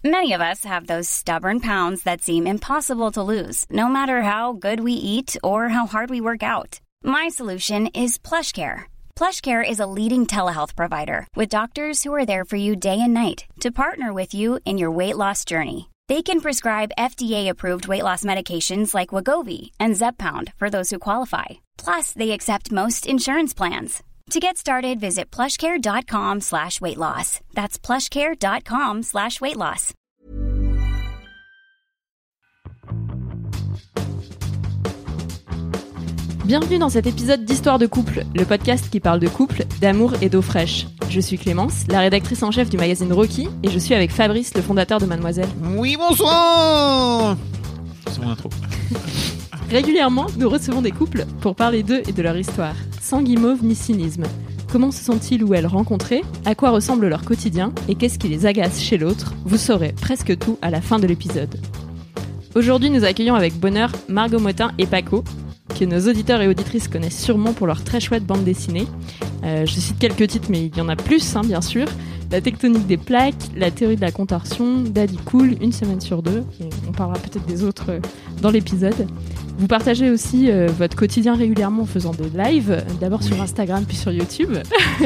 Many of us have those stubborn pounds that seem impossible to lose, no matter how good we eat or how hard we work out. My solution is PlushCare. PlushCare is a leading telehealth provider with doctors who are there for you day and night to partner with you in your weight loss journey. They can prescribe FDA-approved weight loss medications like Wegovy and Zepbound for those who qualify. Plus, they accept most insurance plans. To get started, visit plushcare.com/weightloss. That's plushcare.com/weightloss. Bienvenue dans cet épisode d'Histoire de couple, le podcast qui parle de couple, d'amour et d'eau fraîche. Je suis Clémence, la rédactrice en chef du magazine Rocky, et je suis avec Fabrice, le fondateur de Mademoiselle. Oui, bonsoir. C'est mon intro. Régulièrement, nous recevons des couples pour parler d'eux et de leur histoire, sans guimauve ni cynisme. Comment se sont-ils ou elles rencontrés ? À quoi ressemble leur quotidien ? Et qu'est-ce qui les agace chez l'autre ? Vous saurez presque tout à la fin de l'épisode. Aujourd'hui, nous accueillons avec bonheur Margot Motin et Paco, que nos auditeurs et auditrices connaissent sûrement pour leur très chouette bande dessinée. Je cite quelques titres, mais il y en a plus, bien sûr. La tectonique des plaques, la théorie de la contorsion, Daddy Cool, Une semaine sur deux. Et on parlera peut-être des autres dans l'épisode. Vous partagez aussi votre quotidien régulièrement en faisant des lives, d'abord sur Instagram puis sur YouTube.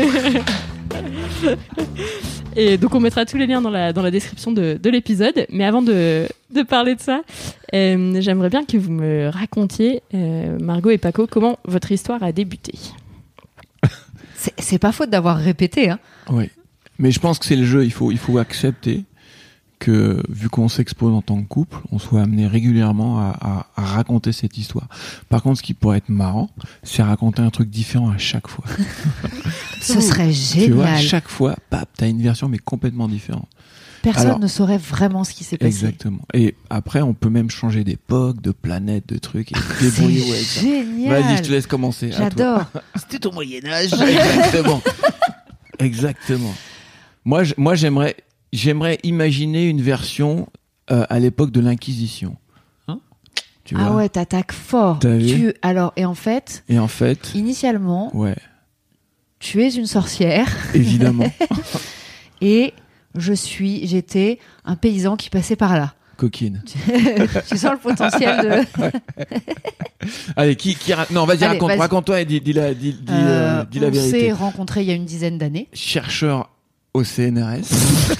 Et donc on mettra tous les liens dans la description de l'épisode. Mais avant de parler de ça, j'aimerais bien que vous me racontiez, Margot et Paco, comment votre histoire a débuté. C'est pas faute d'avoir répété, hein. Oui, mais je pense que c'est le jeu. Il faut accepter que, vu qu'on s'expose en tant que couple, on soit amené régulièrement à raconter cette histoire. Par contre, ce qui pourrait être marrant, c'est raconter un truc différent à chaque fois. Ce serait génial. Tu vois, à chaque fois, t'as une version mais complètement différente. Personne ne saurait vraiment ce qui s'est passé. Exactement. Et après, on peut même changer d'époque, de planète, de trucs. Et débrouiller avec ça. Génial. Vas-y, je te laisse commencer. J'adore. C'était au Moyen-Âge. Exactement. Moi, j'aimerais imaginer une version à l'époque de l'Inquisition. Hein ? Tu vois ? Ah ouais, t'attaques fort. Et en fait, initialement, tu es une sorcière. Évidemment. Et j'étais un paysan qui passait par là. Coquine. Tu sens le potentiel de... Allez, non, vas-y, raconte-toi et dis la vérité. On s'est rencontrés il y a une dizaine d'années. Chercheur au CNRS.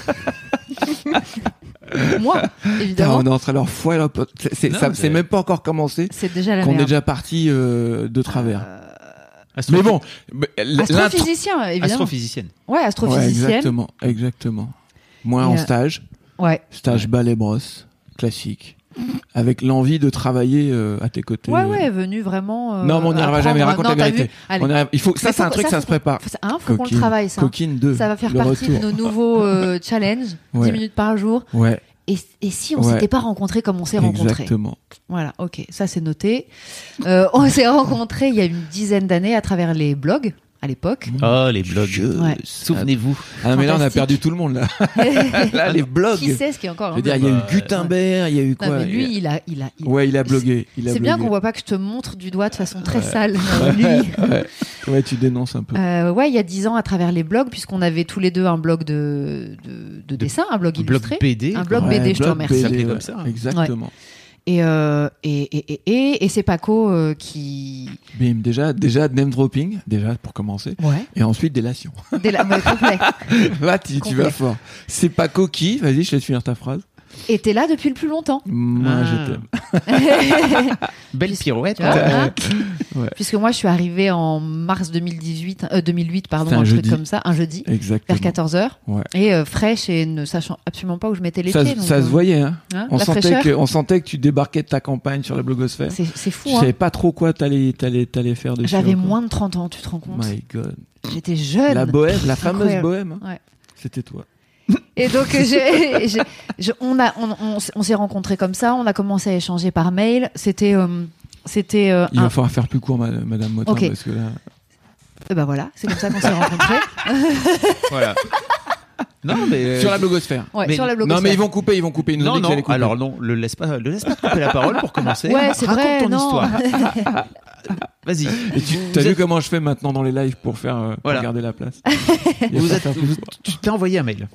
Moi, évidemment. On est entre leur foi et leur pote. C'est même pas encore commencé. C'est déjà la qu'on merde. est déjà parti de travers. Mais bon, astrophysicien, évidemment. Astrophysicienne. Ouais, astrophysicienne. Ouais, exactement. Moi en stage. Ouais. Stage balai brosse, classique. Avec l'envie de travailler à tes côtés. Ouais, venu vraiment. Non, mais on n'y arrivera jamais. Raconte la vérité. Ça, c'est un truc, ça se prépare. Faut qu'on le travaille, ça. Coquine 2. Ça va faire partie de nos nouveaux challenges. 10 minutes par jour. Ouais. Et si on s'était pas rencontrés comme on s'est rencontrés ? Exactement. Voilà, ok, ça c'est noté. On s'est rencontrés il y a une dizaine d'années à travers les blogs. À l'époque. Oh, les blogs. Ouais. Souvenez-vous. Ah, mais là, on a perdu tout le monde, là. Là, les blogs. Qui sait ce qui est encore. Je veux dire, il y a eu Gutenberg, il y a eu quoi. Non, mais lui, il a blogué. C'est bien qu'on voit pas que je te montre du doigt de façon très sale. Lui. Ouais, tu dénonces un peu. Il y a 10 ans, à travers les blogs, puisqu'on avait tous les deux un blog de dessin, un blog illustré. Blog BD. Un blog BD, je te remercie. BD, comme ça. Exactement. Ouais. Et c'est Paco qui... Mais déjà name dropping, déjà pour commencer. Ouais. Et ensuite délation. Complet. Là, tu vas fort. C'est Paco qui, vas-y, je laisse finir ta phrase. Et t'es là depuis le plus longtemps. Moi, je t'aime. Belle pirouette. Ouais. Puisque moi, je suis arrivée en mars 2008, un truc comme ça, un jeudi, exactement. vers 14h. Ouais. Et fraîche et ne sachant absolument pas où je mettais les pieds. Ça se voyait, hein. On sentait que tu débarquais de ta campagne sur la blogosphère. C'est fou, Tu savais pas trop quoi t'allais faire dessus. J'avais moins de 30 ans, tu te rends compte ? My God. J'étais jeune. La bohème, la fameuse Incroyable. bohème. Ouais. C'était toi. Et donc, on s'est rencontrés comme ça, on a commencé à échanger par mail. Il va falloir faire plus court, Madame Motin, okay. Parce que là... Ben voilà, c'est comme ça qu'on s'est rencontrés. Voilà. Non, mais sur la blogosphère. Ouais, sur la blogosphère. Non, mais ils vont couper. Ils nous ont dit qu'ils allaient couper. Alors non, le laisse pas te couper la parole pour commencer. Ouais, c'est Raconte vrai, ton non. histoire. Vas-y. Et t'as vu comment je fais maintenant dans les lives pour faire pour garder la place. Tu t'es envoyé un mail.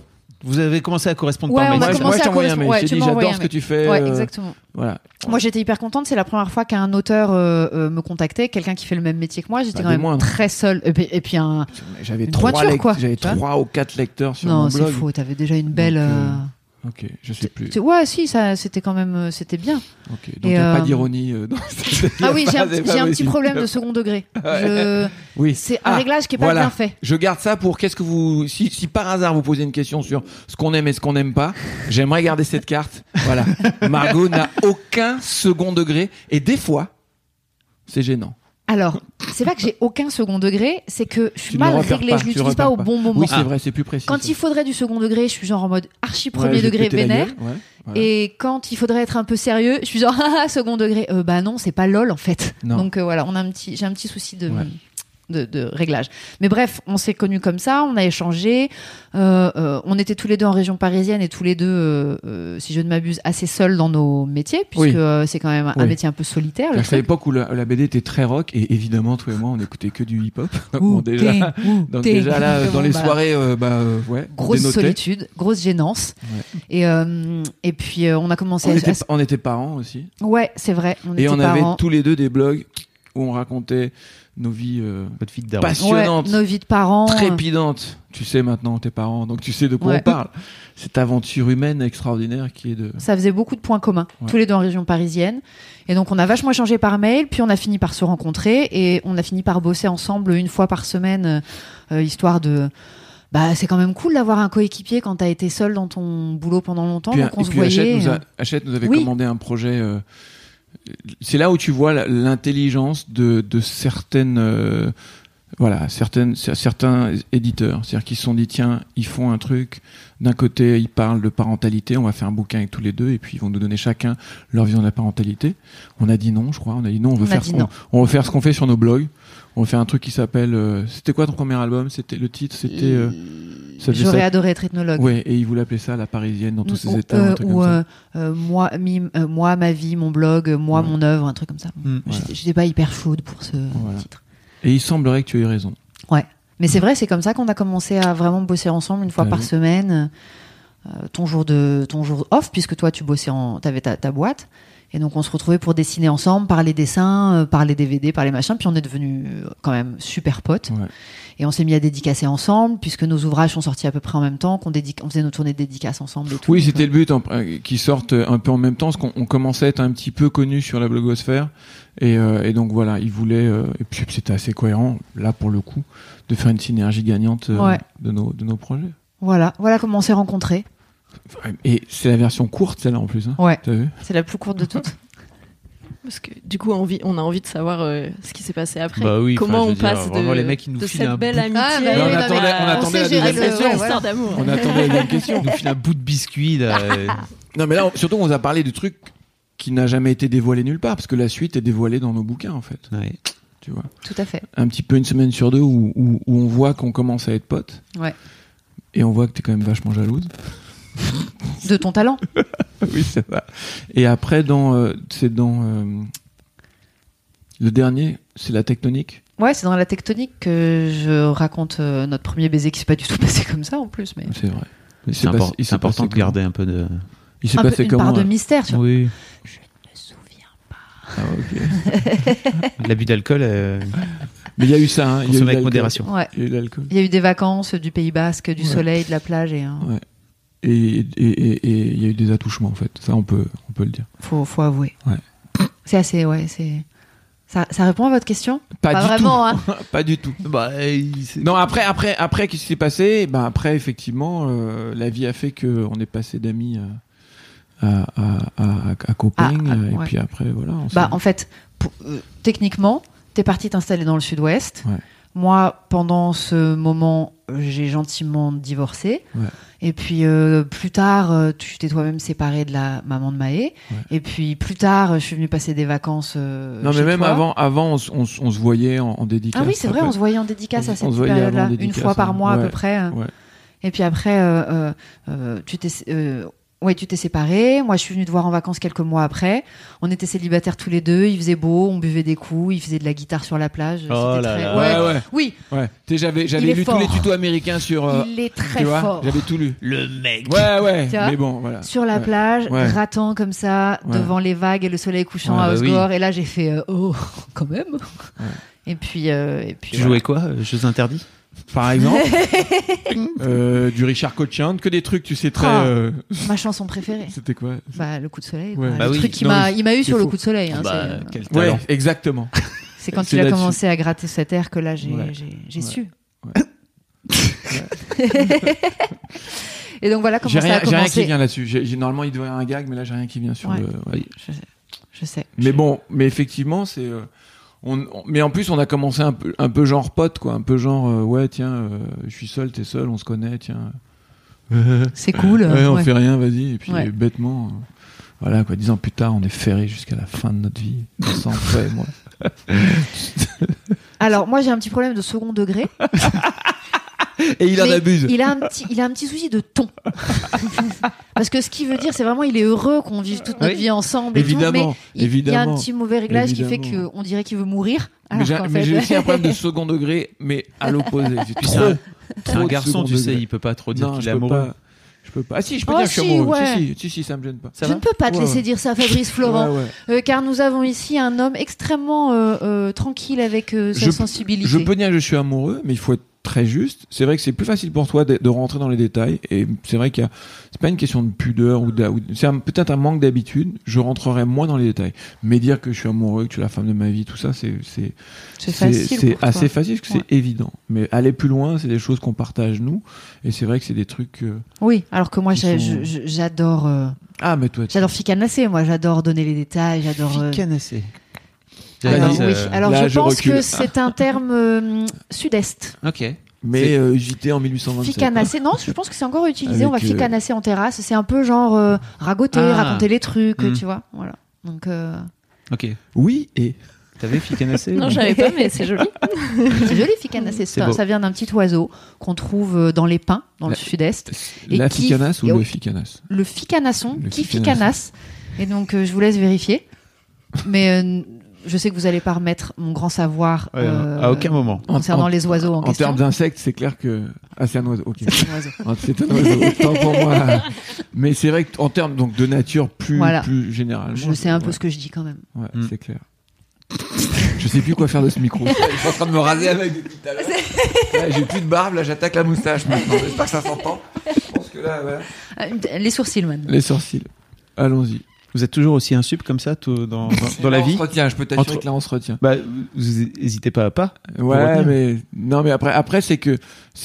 Vous avez commencé à correspondre par mail. Moi, je t'ai envoyé un mail. Je t'ai dit, j'adore ce que tu fais. Ouais, exactement. Voilà. Moi, j'étais hyper contente. C'est la première fois qu'un auteur me contactait, quelqu'un qui fait le même métier que moi. J'étais quand même très seule. Et puis j'avais une pointure, quoi. J'avais 3 ou 4 lecteurs sur mon blog. Non, c'est faux. T'avais déjà une belle. Ok, je sais plus. Ouais, si, ça, c'était quand même, c'était bien. Ok, donc il n'y a pas d'ironie dans cette Ah oui, j'ai un petit problème de second degré. Oui. C'est un réglage qui est pas bien fait. Je garde ça pour qu'est-ce que vous, si par hasard vous posez une question sur ce qu'on aime et ce qu'on n'aime pas, j'aimerais garder cette carte. Voilà. Margot n'a aucun second degré et des fois, c'est gênant. Alors, c'est pas que j'ai aucun second degré, c'est que je suis mal réglée, je l'utilise pas au bon moment. Oui, c'est vrai, c'est plus précis. Quand il faudrait du second degré, je suis genre en mode archi premier degré vénère. Voilà. Et quand il faudrait être un peu sérieux, je suis genre second degré. Bah non, c'est pas lol en fait. Non. Donc voilà, j'ai un petit souci de réglage. Mais bref, on s'est connus comme ça, on a échangé. On était tous les deux en région parisienne et tous les deux, si je ne m'abuse, assez seuls dans nos métiers, puisque c'est quand même un métier un peu solitaire. C'est à l'époque où la BD était très rock et évidemment, toi et moi, on écoutait que du hip-hop. Donc déjà là, dans les soirées, grosse solitude, grosse gênance. Ouais. Et puis on a commencé on était parents aussi. Ouais, c'est vrai. On avait tous les deux des blogs où on racontait nos vies passionnantes, nos vies de parents, trépidantes. Tu sais maintenant tes parents, donc tu sais de quoi on parle. Cette aventure humaine extraordinaire qui est de. Ça faisait beaucoup de points communs, tous les deux en région parisienne. Et donc on a vachement échangé par mail, puis on a fini par se rencontrer et on a fini par bosser ensemble une fois par semaine, histoire de. Bah, c'est quand même cool d'avoir un coéquipier quand t'as été seul dans ton boulot pendant longtemps. Puis, donc on se voyait. Hachette nous avait commandé un projet. C'est là où tu vois l'intelligence de certaines certains éditeurs, c'est-à-dire qu'ils se sont dit tiens, ils font un truc, d'un côté ils parlent de parentalité, on va faire un bouquin avec tous les deux et puis ils vont nous donner chacun leur vision de la parentalité. On a dit non, je crois, on veut faire ce qu'on fait sur nos blogs. On va faire un truc qui s'appelle c'était quoi ton premier album? C'était le titre, c'était J'aurais adoré être ethnologue. Ouais, et ils voulaient appeler ça La Parisienne dans tous ses états. Moi, ma vie, mon blog, mon œuvre, un truc comme ça. J'étais pas hyper chaude pour ce titre. Et il semblerait que tu aies raison. Ouais, mais c'est vrai, c'est comme ça qu'on a commencé à vraiment bosser ensemble une fois par semaine. Ton jour off, puisque toi tu bossais t'avais ta boîte. Et donc on se retrouvait pour dessiner ensemble, par les dessins, par les DVD, par les machins, puis on est devenus quand même super potes. Ouais. Et on s'est mis à dédicacer ensemble, puisque nos ouvrages sont sortis à peu près en même temps, qu'on faisait nos tournées de dédicaces ensemble et tout. Oui, c'était le but, qu'ils sortent un peu en même temps, parce qu'on commençait à être un petit peu connus sur la blogosphère. Et donc voilà, ils voulaient, et puis c'était assez cohérent, là pour le coup, de faire une synergie gagnante de nos projets. Voilà comment on s'est rencontrés. Et c'est la version courte, celle-là, en plus. Hein. Ouais, t'as vu ? C'est la plus courte de toutes. Parce que du coup, on a envie de savoir ce qui s'est passé après. Bah oui, comment on passe les mecs, ils nous de filent cette belle amitié. On attendait la deuxième question. Histoire d'amour. On attendait la deuxième question. Ils nous filent un bout de biscuit. Là. Non, mais là, surtout, on nous a parlé de trucs qui n'a jamais été dévoilé nulle part, parce que la suite est dévoilée dans nos bouquins, en fait. Ouais. Tu vois. Tout à fait. Un petit peu une semaine sur deux où on voit qu'on commence à être potes. Ouais. Et on voit que t'es quand même vachement jalouse. De ton talent. Oui, c'est ça. Et après, c'est dans le dernier, c'est la tectonique. Ouais, c'est dans la tectonique que je raconte notre premier baiser qui s'est pas du tout passé comme ça en plus. Mais c'est vrai. Mais c'est important de garder un peu de. Il s'est passé comment? Une part de mystère. Tu vois. Oui. Je ne me souviens pas. Ah ok. L'abus d'alcool. Mais il y a eu ça, hein. Consommé avec modération. Ouais. Il y a eu de l'alcool. Il y a eu des vacances, du Pays Basque, du soleil, de la plage et. Ouais. Et il y a eu des attouchements en fait. Ça on peut le dire. Faut avouer. Ouais. C'est assez Ça répond à votre question? Pas du vraiment, tout. Hein. Pas du tout. Non, après, qu'est-ce qui s'est passé? Après, effectivement, la vie a fait qu'on est passé d'amis à copains. Et puis après, voilà. En fait, techniquement, t'es parti t'installer dans le sud-ouest. Ouais. Moi, pendant ce moment, j'ai gentiment divorcé. Ouais. Et puis plus tard, tu t'es toi-même séparé de la maman de Maë. Ouais. Et puis plus tard, je suis venue passer des vacances. Non, mais même toi. avant, on se voyait en dédicace. Ah oui, c'est vrai, on se voyait en dédicace à cette période-là, une fois par mois à peu près. Ouais. Et puis après, Ouais, tu t'es séparés. Moi, je suis venue te voir en vacances quelques mois après. On était célibataires tous les deux. Il faisait beau, on buvait des coups. Il faisait de la guitare sur la plage. Oh C'était là très... là. Ouais. Oui. Ouais. J'avais est lu fort. tous les tutos américains sur. Il est très tu vois, fort. j'avais tout lu. Le mec. Ouais. Tu vois, Mais bon, voilà. sur la plage, Ouais. grattant comme ça, Ouais. devant les vagues et le soleil couchant Ouais, à bah oui. Osgore. Et là, j'ai fait oh, quand même. Et puis, Tu jouais quoi Jeux interdits? Par exemple, du Richard Cochian, que des trucs, tu sais, très. ma chanson préférée. C'était quoi? Bah, le coup de soleil. Ouais. quoi. Bah le oui. truc qui Non, m'a, mais il m'a eu c'est sur le fou. coup de soleil. Hein, Bah, quel Ouais, talent. exactement. c'est quand c'est il a là-dessus. commencé à gratter cette air que là, j'ai Ouais. su. Ouais. Et donc voilà comment J'ai ça rien, a j'ai rien commencé. qui vient là-dessus. Normalement, il devrait y avoir un gag, mais là, j'ai rien qui vient sur Ouais. le. Ouais. Je sais. Mais bon, mais effectivement, c'est. Mais en plus, on a commencé un peu genre pote, quoi. Un peu genre, ouais, tiens, je suis seul, t'es seul, on se connaît, tiens. C'est cool. Ouais, on ouais. fait rien, vas-y. Et puis, Ouais. bêtement, voilà, quoi. 10 ans plus tard, on est ferrés jusqu'à la fin de notre vie. Ensemble, toi et moi. Alors moi j'ai un petit problème de second degré. Et il en Mais abuse. il a un petit souci de ton. Parce que ce qu'il veut dire, c'est vraiment il est heureux qu'on vive toute notre Oui. vie ensemble. Et Évidemment, tout, mais il y a un évidemment. petit mauvais réglage qui fait Évidemment. qu'on dirait qu'il veut mourir. Mais Alors j'ai qu'en mais fait- j'ai aussi un problème de second degré, mais à l'opposé. C'est Puis trop- c'est trop un de garçon, second tu sais, degré. il peut pas trop dire Non, qu'il je est peux amoureux. pas. Je peux pas. Ah si, je peux Oh, dire que je suis si, amoureux. ouais. Si, ça me gêne pas. Je ne peux pas te Ouais, laisser ouais. dire ça, Fabrice Florent, Ouais. car nous avons ici un homme extrêmement tranquille avec sa Je- sensibilité. Je peux dire que je suis amoureux, mais il faut être très juste. C'est vrai que c'est plus facile pour toi de rentrer dans les détails, et c'est vrai c'est pas une question de pudeur c'est peut-être un manque d'habitude. Je rentrerai moins dans les détails, mais dire que je suis amoureux, que tu es la femme de ma vie, tout ça, c'est facile. c'est pour toi. assez facile parce que Ouais. c'est évident. Mais aller plus loin, c'est des choses qu'on partage nous, et c'est vrai que c'est des trucs. Oui, alors que moi Qui sont- j'adore. Ah, mais toi, J'adore ficanasser, moi j'adore donner les détails, j'adore. Canassé. Alors, Vas-y, oui. Alors là, je je pense recule. que c'est un terme sud-est. Ok. mais JT en 1827. Ficanasser, non, je pense que c'est encore utilisé. Avec, on va ficanasser en terrasse. C'est un peu genre ragoter, Ah. raconter les trucs, Mm. tu vois. Voilà. Donc Ok. Oui, et T'avais Ficanassé Non, j'avais pas, mais c'est joli. c'est joli ficanasser. C'est beau. Ça vient d'un petit oiseau qu'on trouve dans les pins, dans le sud-est. Et la qui- ficanasse ou et- le ficanasse? Le ficanasson Le qui ficanasson. ficanasse. Et donc je vous laisse vérifier. Mais je sais que vous allez pas remettre mon grand savoir Ouais, à aucun moment. concernant En- les oiseaux en En question. termes d'insectes, c'est clair que. Ah, c'est un oiseau. Ok. C'est un oiseau. Ah, c'est un oiseau. Autant pour moi. Mais c'est vrai qu'en termes donc de nature Voilà. plus généralement. Je sais un peu ouais, ce que je dis quand même. Ouais, Mm. c'est clair. Je sais plus quoi faire de ce micro. Je suis en train de me raser avec depuis tout à l'heure. Là, j'ai plus de barbe, là j'attaque la moustache maintenant. J'espère que ça s'entend. Je pense que là, voilà. Les sourcils, man. Les sourcils. Allons-y. Vous êtes toujours aussi insup comme ça dans la vie? On se retient, je peux t'assurer Entre- que là on se retient. Bah, vous hésitez pas à pas. Ouais, retenir. mais non, mais après c'est que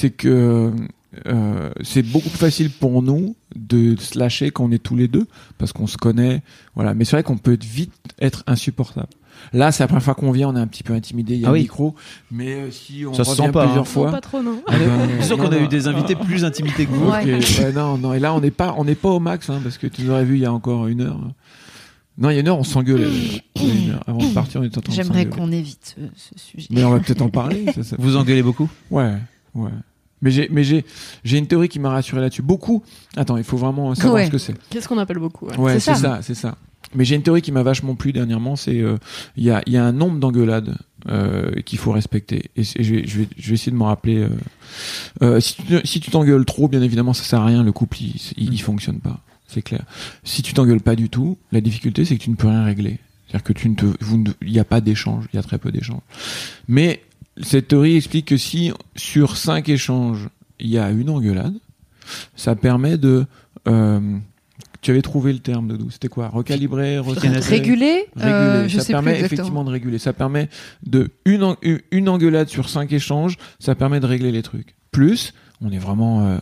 c'est beaucoup plus facile pour nous de se lâcher quand on est tous les deux parce qu'on se connaît, voilà. Mais c'est vrai qu'on peut vite être insupportable. Là, c'est la première fois qu'on vient, on est un petit peu intimidé, il y a Ah un oui. micro, mais si on Ça se revient sent pas, plusieurs hein. fois. Non, pas trop, non. ah ben, Je suis sûr qu'on non, a eu non. des invités plus intimidés que vous. Ouais. Ouais, non, et là on n'est pas au max, hein, parce que tu nous aurais vu il y a encore une heure. Non, il y a une heure, on s'engueulait. Il y a une heure. Avant de partir, on était en train de J'aimerais s'engueuler. qu'on évite ce sujet. Mais on va peut-être en parler. Ça. Vous engueulez beaucoup? Ouais. Mais j'ai une théorie qui m'a rassuré là-dessus. Beaucoup. Attends, il faut vraiment savoir Ouais. ce que c'est. Qu'est-ce qu'on appelle beaucoup ouais. Ouais, C'est c'est ça. Mais j'ai une théorie qui m'a vachement plu dernièrement. C'est il y a un nombre d'engueulades qu'il faut respecter. Et je vais essayer de m'en rappeler. Si tu t'engueules trop, bien évidemment, ça sert à rien. Le couple, il fonctionne pas. C'est clair. Si tu t'engueules pas du tout, la difficulté, c'est que tu ne peux rien régler. C'est-à-dire que il n'y a pas d'échange. Il y a très peu d'échanges. Mais cette théorie explique que si sur 5 échanges, il y a une engueulade, ça permet de... tu avais trouvé le terme, Doudou. C'était quoi? Recalibrer, recenser, Réguler, je ça sais permet plus exactement. effectivement de réguler. Ça permet de une engueulade sur 5 échanges, ça permet de régler les trucs. Plus, on est vraiment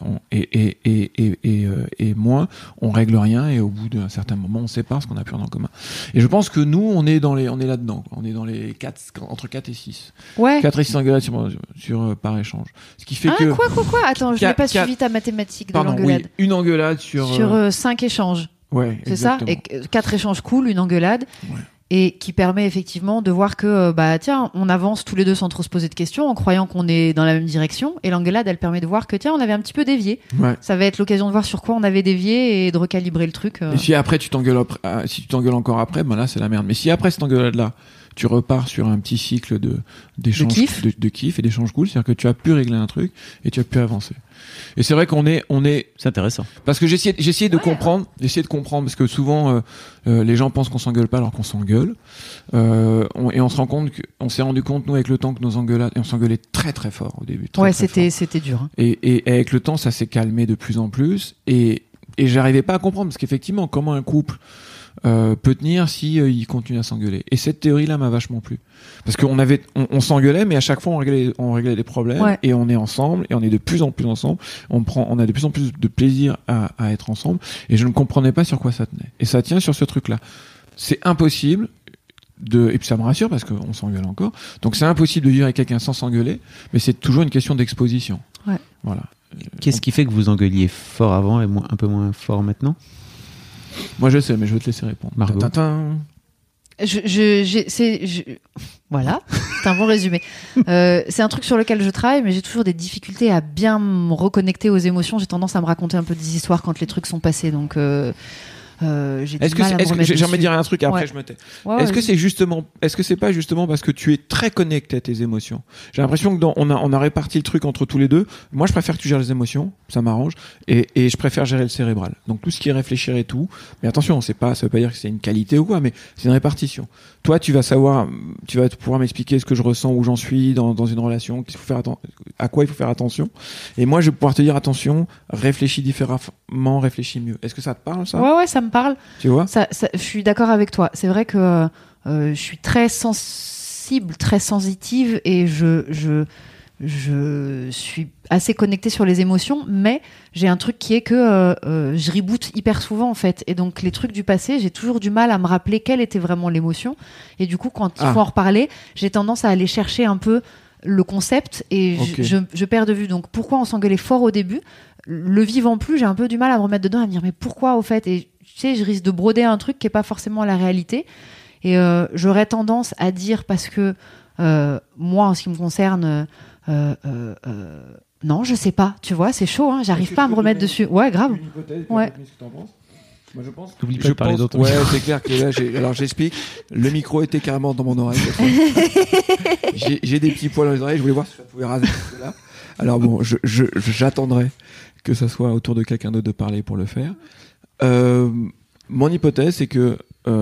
et moins, on règle rien et au bout d'un certain moment, on sépare ce qu'on a plus rien en commun. Et je pense que nous, on est là-dedans. Quoi. On est dans les entre 4 et 6. Ouais. 4 et 6 engueulades sur par échange. Ce qui fait que Quoi Attends, je n'ai pas Quatre- suivi ta mathématique de pardon, l'engueulade. oui, une engueulade sur 5 échanges, ouais, c'est ça? exactement. Et 4 échanges cool, une engueulade. Ouais. et qui permet effectivement de voir que tiens, on avance tous les deux sans trop se poser de questions en croyant qu'on est dans la même direction, et l'engueulade elle permet de voir que tiens, on avait un petit peu dévié. Ça va être l'occasion de voir sur quoi on avait dévié et de recalibrer le truc. Et si après tu t'engueules encore après, là c'est la merde. Mais si après cette engueulade là tu repars sur un petit cycle d'échange de kiff et d'échange cool, c'est-à-dire que tu as pu régler un truc et tu as pu avancer. Et c'est vrai qu'on est c'est intéressant. Parce que j'essayais de comprendre parce que souvent les gens pensent qu'on s'engueule pas alors qu'on s'engueule. Et on s'est rendu compte nous avec le temps que nos engueulades, et on s'engueulait très très fort au début. C'était dur. Hein. Et avec le temps ça s'est calmé de plus en plus et j'arrivais pas à comprendre parce qu'effectivement comment un couple peut tenir si il continue à s'engueuler. Et cette théorie-là m'a vachement plu. Parce on s'engueulait, mais à chaque fois on réglait des problèmes et on est ensemble et on est de plus en plus ensemble. On a de plus en plus de plaisir à être ensemble. Et je ne comprenais pas sur quoi ça tenait. Et ça tient sur ce truc-là. C'est impossible et puis ça me rassure parce qu'on s'engueule encore. Donc c'est impossible de vivre avec quelqu'un sans s'engueuler, mais c'est toujours une question d'exposition. Ouais. Voilà. Qu'est-ce qui fait que vous engueuliez fort avant et un peu moins fort maintenant ? Moi je sais, mais je vais te laisser répondre. Margot. Voilà, c'est un bon résumé. C'est un truc sur lequel je travaille, mais j'ai toujours des difficultés à bien me reconnecter aux émotions. J'ai tendance à me raconter un peu des histoires quand les trucs sont passés, donc j'ai du mal à me remettre dessus. J'aimerais dire un truc après je me tais. Est-ce que c'est pas justement parce que tu es très connecté à tes émotions? J'ai l'impression que on a réparti le truc entre tous les deux. Moi je préfère que tu gères les émotions, ça m'arrange, et je préfère gérer le cérébral. Donc tout ce qui est réfléchir et tout. Mais attention, ça veut pas dire que c'est une qualité ou quoi, mais c'est une répartition. Toi tu vas pouvoir m'expliquer ce que je ressens, où j'en suis dans une relation, à quoi il faut faire attention. Et moi je vais pouvoir te dire attention, réfléchis différemment, réfléchis mieux. Est-ce que ça te parle ça? Ouais, ça me parle. Tu vois, je suis d'accord avec toi. C'est vrai que je suis très sensible, très sensitive, et je suis assez connectée sur les émotions, mais j'ai un truc qui est que je reboot hyper souvent en fait, et donc les trucs du passé, j'ai toujours du mal à me rappeler quelle était vraiment l'émotion, et du coup quand il faut en reparler, j'ai tendance à aller chercher un peu le concept, et je perds de vue. Donc pourquoi on s'engueulait fort au début? Le vivant plus, j'ai un peu du mal à me remettre dedans, à me dire mais pourquoi au fait? Et tu sais, je risque de broder un truc qui est pas forcément la réalité, et j'aurais tendance à dire, parce que moi en ce qui me concerne, non, je sais pas, tu vois, c'est chaud, hein, j'arrive pas à me remettre dessus. Ouais, grave. Une hypothèse, ouais. Ce que t'en penses. Moi, je pense. N'oublie pas de parler d'autres. Ouais, c'est clair que là, alors j'explique. Le micro était carrément dans mon oreille. J'ai des petits poils dans les oreilles. Je voulais voir si ça pouvait raser là. Alors bon, j'attendrai que ça soit autour de quelqu'un d'autre de parler pour le faire. Mon hypothèse, c'est que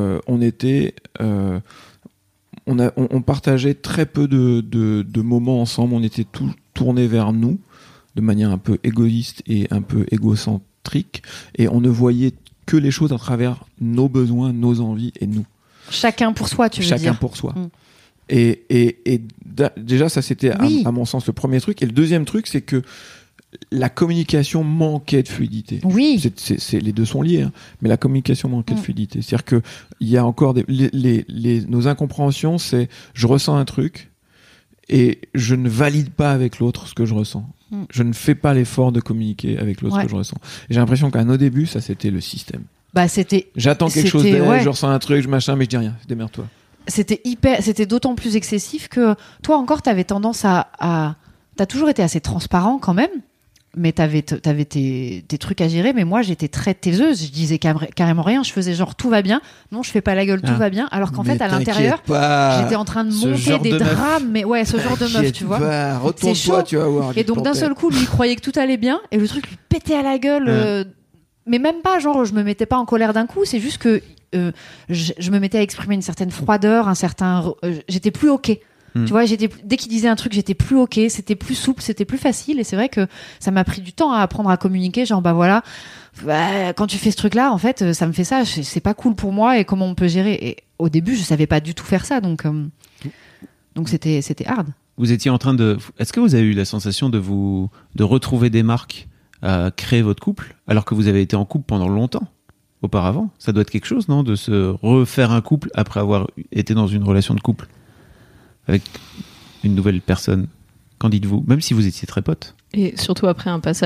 on partageait très peu de moments ensemble. On était tous tournés vers nous, de manière un peu égoïste et un peu égocentrique, et on ne voyait que les choses à travers nos besoins, nos envies et nous. Chacun pour soi, tu veux dire. Chacun pour soi. Et déjà, ça c'était à mon sens le premier truc. Et le deuxième truc, c'est que la communication manquait de fluidité. Oui. Les deux sont liés, hein, mais la communication manquait de fluidité. C'est-à-dire que il y a encore nos incompréhensions, c'est je ressens un truc et je ne valide pas avec l'autre ce que je ressens. Je ne fais pas l'effort de communiquer avec l'autre ce que je ressens. Et j'ai l'impression qu'à nos débuts, ça c'était le système. J'attends quelque chose d'elle, je ressens un truc, mais je dis rien. Démerde-toi. C'était d'autant plus excessif que toi encore, t'avais tendance t'as toujours été assez transparent quand même, mais t'avais tes trucs à gérer. Mais moi, j'étais très taiseuse. Je disais carrément rien. Je faisais genre tout va bien. Non, je fais pas la gueule, tout va bien. Alors qu'en fait, à l'intérieur, j'étais en train de monter des drames. Mais ouais, ce genre de meuf, tu vois. Retourne-toi, tu vas voir. Et donc d'un seul coup, lui, il croyait que tout allait bien, et le truc lui pétait à la gueule. Mais même pas, genre, je me mettais pas en colère d'un coup. C'est juste que je me mettais à exprimer une certaine froideur, j'étais plus ok. Tu vois, dès qu'il disait un truc, j'étais plus ok, c'était plus souple, c'était plus facile. Et c'est vrai que ça m'a pris du temps à apprendre à communiquer. Genre, quand tu fais ce truc-là, en fait, ça me fait ça, c'est pas cool pour moi, et comment on peut gérer. Et au début, je savais pas du tout faire ça, donc c'était hard. Vous étiez en train de... Est-ce que vous avez eu la sensation de retrouver des marques à créer votre couple, alors que vous avez été en couple pendant longtemps auparavant? Ça doit être quelque chose, non, de se refaire un couple après avoir été dans une relation de couple avec une nouvelle personne. Qu'en dites-vous? Même si vous étiez très potes. Et surtout après un passage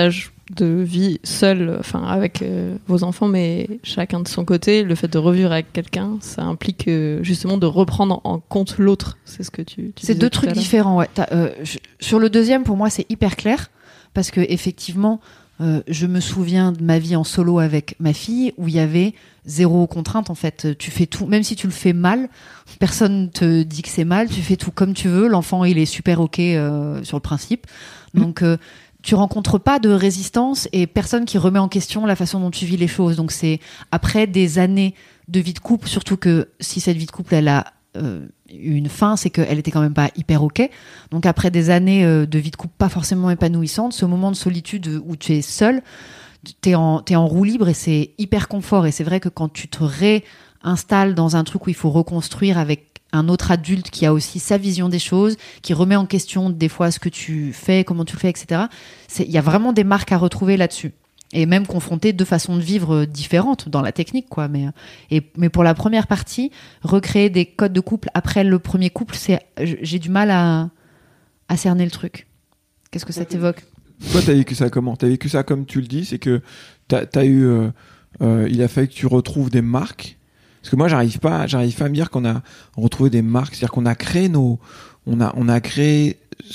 de vie seul, enfin avec vos enfants, mais chacun de son côté, le fait de revivre avec quelqu'un, ça implique justement de reprendre en compte l'autre. C'est ce que tu c'est deux trucs différents, ouais. Sur le deuxième, pour moi, c'est hyper clair, parce que effectivement, je me souviens de ma vie en solo avec ma fille, où il y avait 0 contrainte, en fait. Tu fais tout, même si tu le fais mal, personne te dit que c'est mal, tu fais tout comme tu veux, l'enfant, il est super OK sur le principe. Donc, tu rencontres pas de résistance et personne qui remet en question la façon dont tu vis les choses. Donc, c'est après des années de vie de couple, surtout que si cette vie de couple, elle a une fin, c'est qu'elle était quand même pas hyper OK. Donc, après des années de vie de couple pas forcément épanouissante, ce moment de solitude où tu es seul, t'es en roue libre et c'est hyper confort. Et c'est vrai que quand tu te réinstalles dans un truc où il faut reconstruire avec un autre adulte qui a aussi sa vision des choses, qui remet en question des fois ce que tu fais, comment tu le fais, etc. Il y a vraiment des marques à retrouver là-dessus. Et même confronter deux façons de vivre différentes dans la technique, quoi. Mais pour la première partie, recréer des codes de couple après le premier couple, j'ai du mal à cerner le truc. Qu'est-ce que ça t'évoque ? Toi, t'as vécu ça comment ? T'as vécu ça comme tu le dis, c'est que t'as eu, il a fallu que tu retrouves des marques. Parce que moi, j'arrive pas à me dire qu'on a retrouvé des marques. C'est-à-dire qu'on a créé on a créé,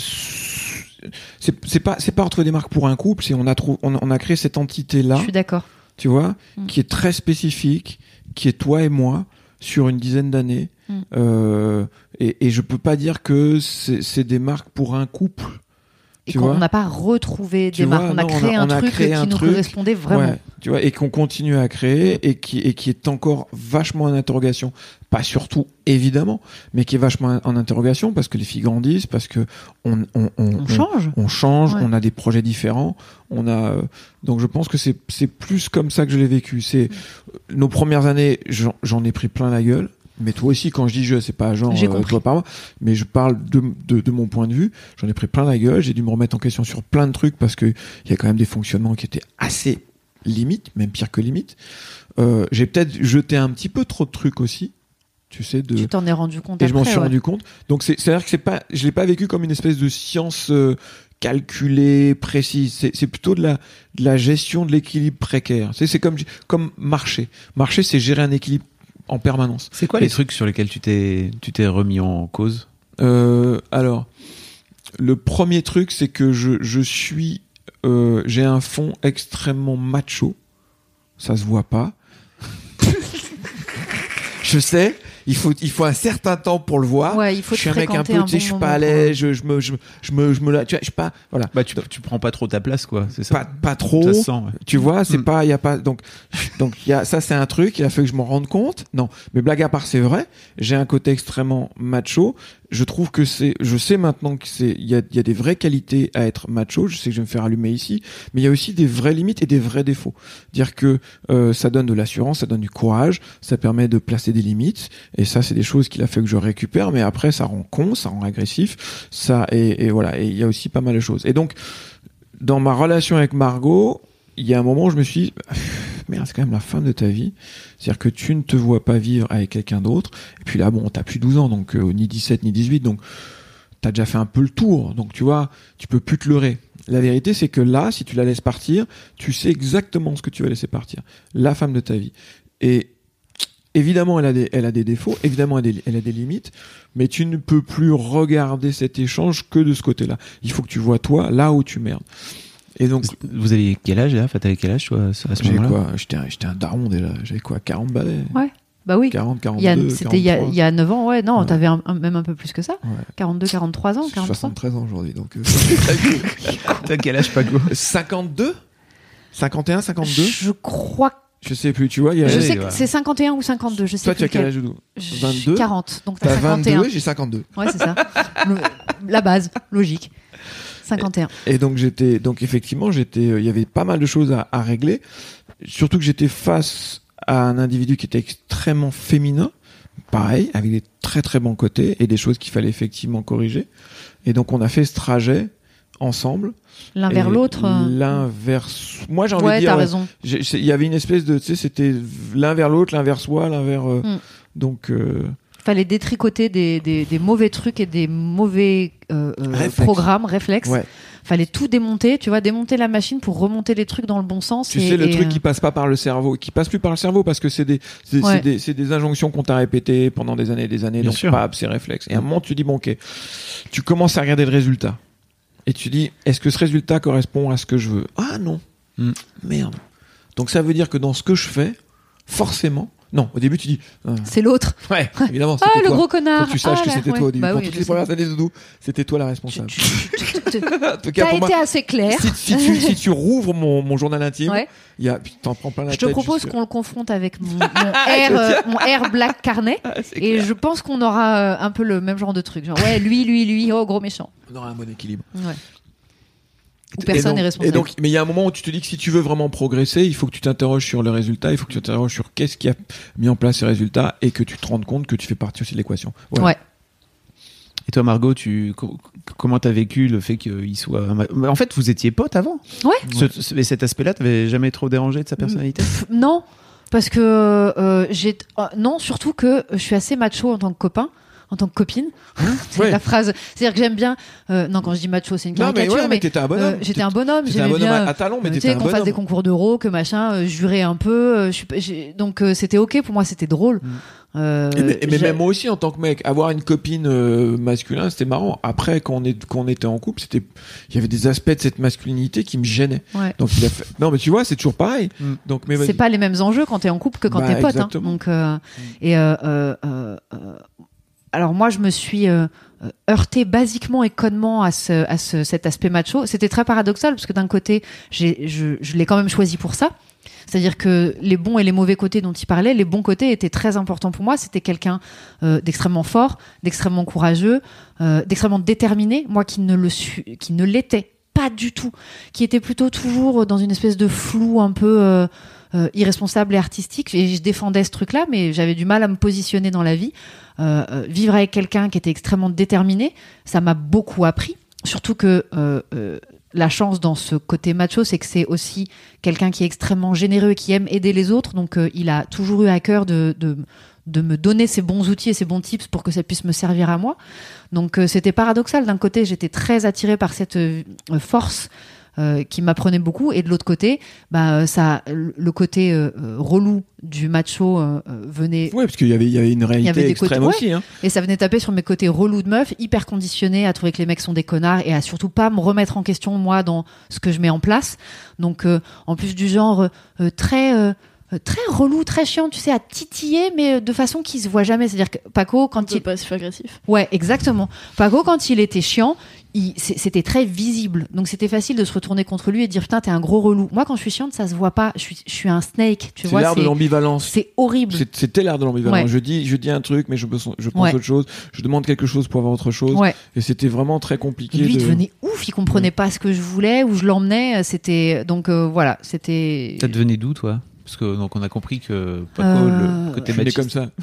c'est pas retrouver des marques pour un couple, c'est on a créé cette entité-là. Je suis d'accord. Tu vois, qui est très spécifique, qui est toi et moi, sur une dizaine d'années. Et je peux pas dire que c'est des marques pour un couple. Et qu'on n'a pas retrouvé des marques, on a créé un truc qui nous correspondait vraiment. Ouais, tu vois, et qu'on continue à créer et qui est encore vachement en interrogation. Pas surtout, évidemment, mais qui est vachement en interrogation parce que les filles grandissent, parce que on change, on a des projets différents, donc je pense que c'est plus comme ça que je l'ai vécu. C'est nos premières années, j'en ai pris plein la gueule. Mais toi aussi, quand je dis je, c'est pas genre toi par moi, mais je parle de mon point de vue. J'en ai pris plein la gueule, j'ai dû me remettre en question sur plein de trucs parce que il y a quand même des fonctionnements qui étaient assez limites, même pire que limites. J'ai peut-être jeté un petit peu trop de trucs aussi, tu sais. Tu t'en es rendu compte et après, je m'en suis rendu compte. Donc c'est-à-dire que je l'ai pas vécu comme une espèce de science calculée, précise. C'est plutôt de la gestion de l'équilibre précaire. C'est comme marcher. Marcher, c'est gérer un équilibre en permanence. C'est quoi les trucs sur lesquels tu t'es remis en cause ? Alors, le premier truc, c'est que j'ai un fond extrêmement macho. Ça se voit pas. Je sais. Il faut un certain temps pour le voir. Ouais, il faut je suis un mec un peu, tu sais, je suis pas à l'aise, je me la, tu vois, je suis pas, voilà. Bah, tu prends pas trop ta place, quoi, c'est ça. Pas trop. Ça se sent, ouais. Tu vois, il y a pas, donc, il y a, ça, c'est un truc, il a fallu que je m'en rende compte. Non. Mais blague à part, c'est vrai. J'ai un côté extrêmement macho. Je trouve que je sais maintenant que il y a des vraies qualités à être macho. Je sais que je vais me faire allumer ici. Mais il y a aussi des vraies limites et des vrais défauts. Dire que, ça donne de l'assurance, ça donne du courage, ça permet de placer des limites. Et ça, c'est des choses qu'il a fait que je récupère, mais après, ça rend con, ça rend agressif, et voilà. Et il y a aussi pas mal de choses. Et donc, dans ma relation avec Margot, il y a un moment où je me suis dit, merde, c'est quand même la femme de ta vie. C'est-à-dire que tu ne te vois pas vivre avec quelqu'un d'autre. Et puis là, bon, t'as plus 12 ans, donc, ni 17, ni 18, donc, t'as déjà fait un peu le tour. Donc, tu vois, tu peux plus te leurrer. La vérité, c'est que là, si tu la laisses partir, tu sais exactement ce que tu vas laisser partir. La femme de ta vie. Et, évidemment, elle a des défauts, évidemment, elle a des limites, mais tu ne peux plus regarder cet échange que de ce côté-là. Il faut que tu vois toi, là où tu merdes. Et donc, vous aviez quel âge là ? T'avais quel âge toi à ce moment-là ? Quoi ? J'étais un daron déjà. J'avais quoi ? 40 balais ? Ouais. Bah oui. 40, 42, c'était il y a 9 ans, ouais. Non, ouais. T'avais même un peu plus que ça. Ouais. 42, 43 ans, 43. 73 ans aujourd'hui, donc. T'as quel âge, Paco ? 52 ? 51, 52 ? Je crois. Je sais plus, tu vois. Je sais que c'est 51 ou 52, je sais toi, plus. Toi, tu as quel âge, 22 ? 40, donc t'as 51. 22, j'ai 52. Ouais, c'est ça. La base, logique. 51. Et donc effectivement, il y avait pas mal de choses à régler. Surtout que j'étais face à un individu qui était extrêmement féminin. Pareil, avec des très très bons côtés et des choses qu'il fallait effectivement corriger. Et donc on a fait ce trajet ensemble. L'un vers l'autre. Moi j'ai envie de dire. T'as raison. Il y avait une espèce de, tu sais, c'était l'un vers l'autre, l'un vers soi, l'un vers. Donc. Fallait détricoter des mauvais trucs et des mauvais programmes, réflexes, fallait tout démonter, tu vois, démonter la machine pour remonter les trucs dans le bon sens. Tu sais, le truc qui passe pas par le cerveau, qui passe plus par le cerveau parce que c'est des injonctions qu'on t'a répétées pendant des années et des années, donc c'est réflexe. Et à un moment, tu dis, bon, ok, tu commences à regarder le résultat. Et tu dis, est-ce que ce résultat correspond à ce que je veux? Ah non. Merde. Donc ça veut dire que dans ce que je fais, forcément, non, au début tu dis c'est l'autre. Ouais, évidemment, c'était le toi. gros connard. Faut que tu saches que c'était toi au début. Pour toutes les premières années de Doudou, c'était toi la responsable. T'as été assez clair. Si tu rouvres mon journal intime, t'en prends plein la tête. Je te propose qu'on le confronte avec mon Air Black Carnet et je pense qu'on aura un peu le même genre de truc. Genre lui, oh gros méchant. On aura un bon équilibre. Ouais. Où personne n'est responsable. Mais il y a un moment où tu te dis que si tu veux vraiment progresser, il faut que tu t'interroges sur le résultat, il faut que tu t'interroges sur qu'est-ce qui a mis en place ces résultats et que tu te rendes compte que tu fais partie aussi de l'équation. Voilà. Ouais. Et toi, Margot, comment t'as vécu le fait qu'il soit... En fait, vous étiez potes avant. Ouais. Mais cet aspect-là, t'avais jamais trop dérangé de sa personnalité? Non, parce que non, surtout que je suis assez macho en tant que copain. En tant que copine, c'est la phrase. C'est-à-dire que j'aime bien. Non, quand je dis macho, c'est une caricature. Mais t'étais un bonhomme. J'étais un bonhomme. J'aimais un bien. À talons, mais t'étais un bonhomme. Qu'on fasse des concours d'euros, que machin, jurer un peu. Donc c'était ok pour moi, c'était drôle. Mais même moi aussi en tant que mec, avoir une copine masculine, c'était marrant. Après, quand on était en couple, il y avait des aspects de cette masculinité qui me gênaient. Ouais. Donc non, mais tu vois, c'est toujours pareil. Donc, mais c'est pas les mêmes enjeux quand t'es en couple que quand t'es pote. Hein. Donc alors moi, je me suis heurtée basiquement et connement à cet aspect macho. C'était très paradoxal parce que d'un côté, je l'ai quand même choisi pour ça. C'est-à-dire que les bons et les mauvais côtés dont il parlait, les bons côtés étaient très importants pour moi. C'était quelqu'un d'extrêmement fort, d'extrêmement courageux, d'extrêmement déterminé. Moi qui ne l'étais pas du tout, qui était plutôt toujours dans une espèce de flou un peu irresponsable et artistique. Et je défendais ce truc-là, mais j'avais du mal à me positionner dans la vie. Vivre avec quelqu'un qui était extrêmement déterminé, ça m'a beaucoup appris. Surtout que la chance dans ce côté macho, c'est que c'est aussi quelqu'un qui est extrêmement généreux et qui aime aider les autres. Donc il a toujours eu à cœur de me donner ses bons outils et ses bons tips pour que ça puisse me servir à moi. Donc c'était paradoxal. D'un côté, j'étais très attirée par cette force qui m'apprenait beaucoup, et de l'autre côté, le côté relou du macho venait. Ouais, parce qu'il y avait une réalité extrême aussi. Hein. Et ça venait taper sur mes côtés relous de meuf, hyper conditionnée à trouver que les mecs sont des connards et à surtout pas me remettre en question moi dans ce que je mets en place. Donc en plus du genre très relou, très chiant, tu sais, à titiller, mais de façon qui se voit jamais. C'est-à-dire que Paco, quand il... passif-agressif. Ouais, exactement. Paco, quand il était chiant, c'était très visible. Donc c'était facile de se retourner contre lui et de dire putain, t'es un gros relou. Moi, quand je suis chiante, ça se voit pas. Je suis un snake, tu vois. C'est l'art de l'ambivalence. C'est horrible. C'était l'art de l'ambivalence. Ouais. Je dis un truc, mais je pense autre chose. Je demande quelque chose pour avoir autre chose. Ouais. Et c'était vraiment très compliqué. Et lui, il devenait ouf. Il comprenait pas ce que je voulais, où je l'emmenais. C'était donc voilà, c'était. Ça devenait d'où, toi? Parce que donc on a compris que Paco, le côté machiste, comme ça.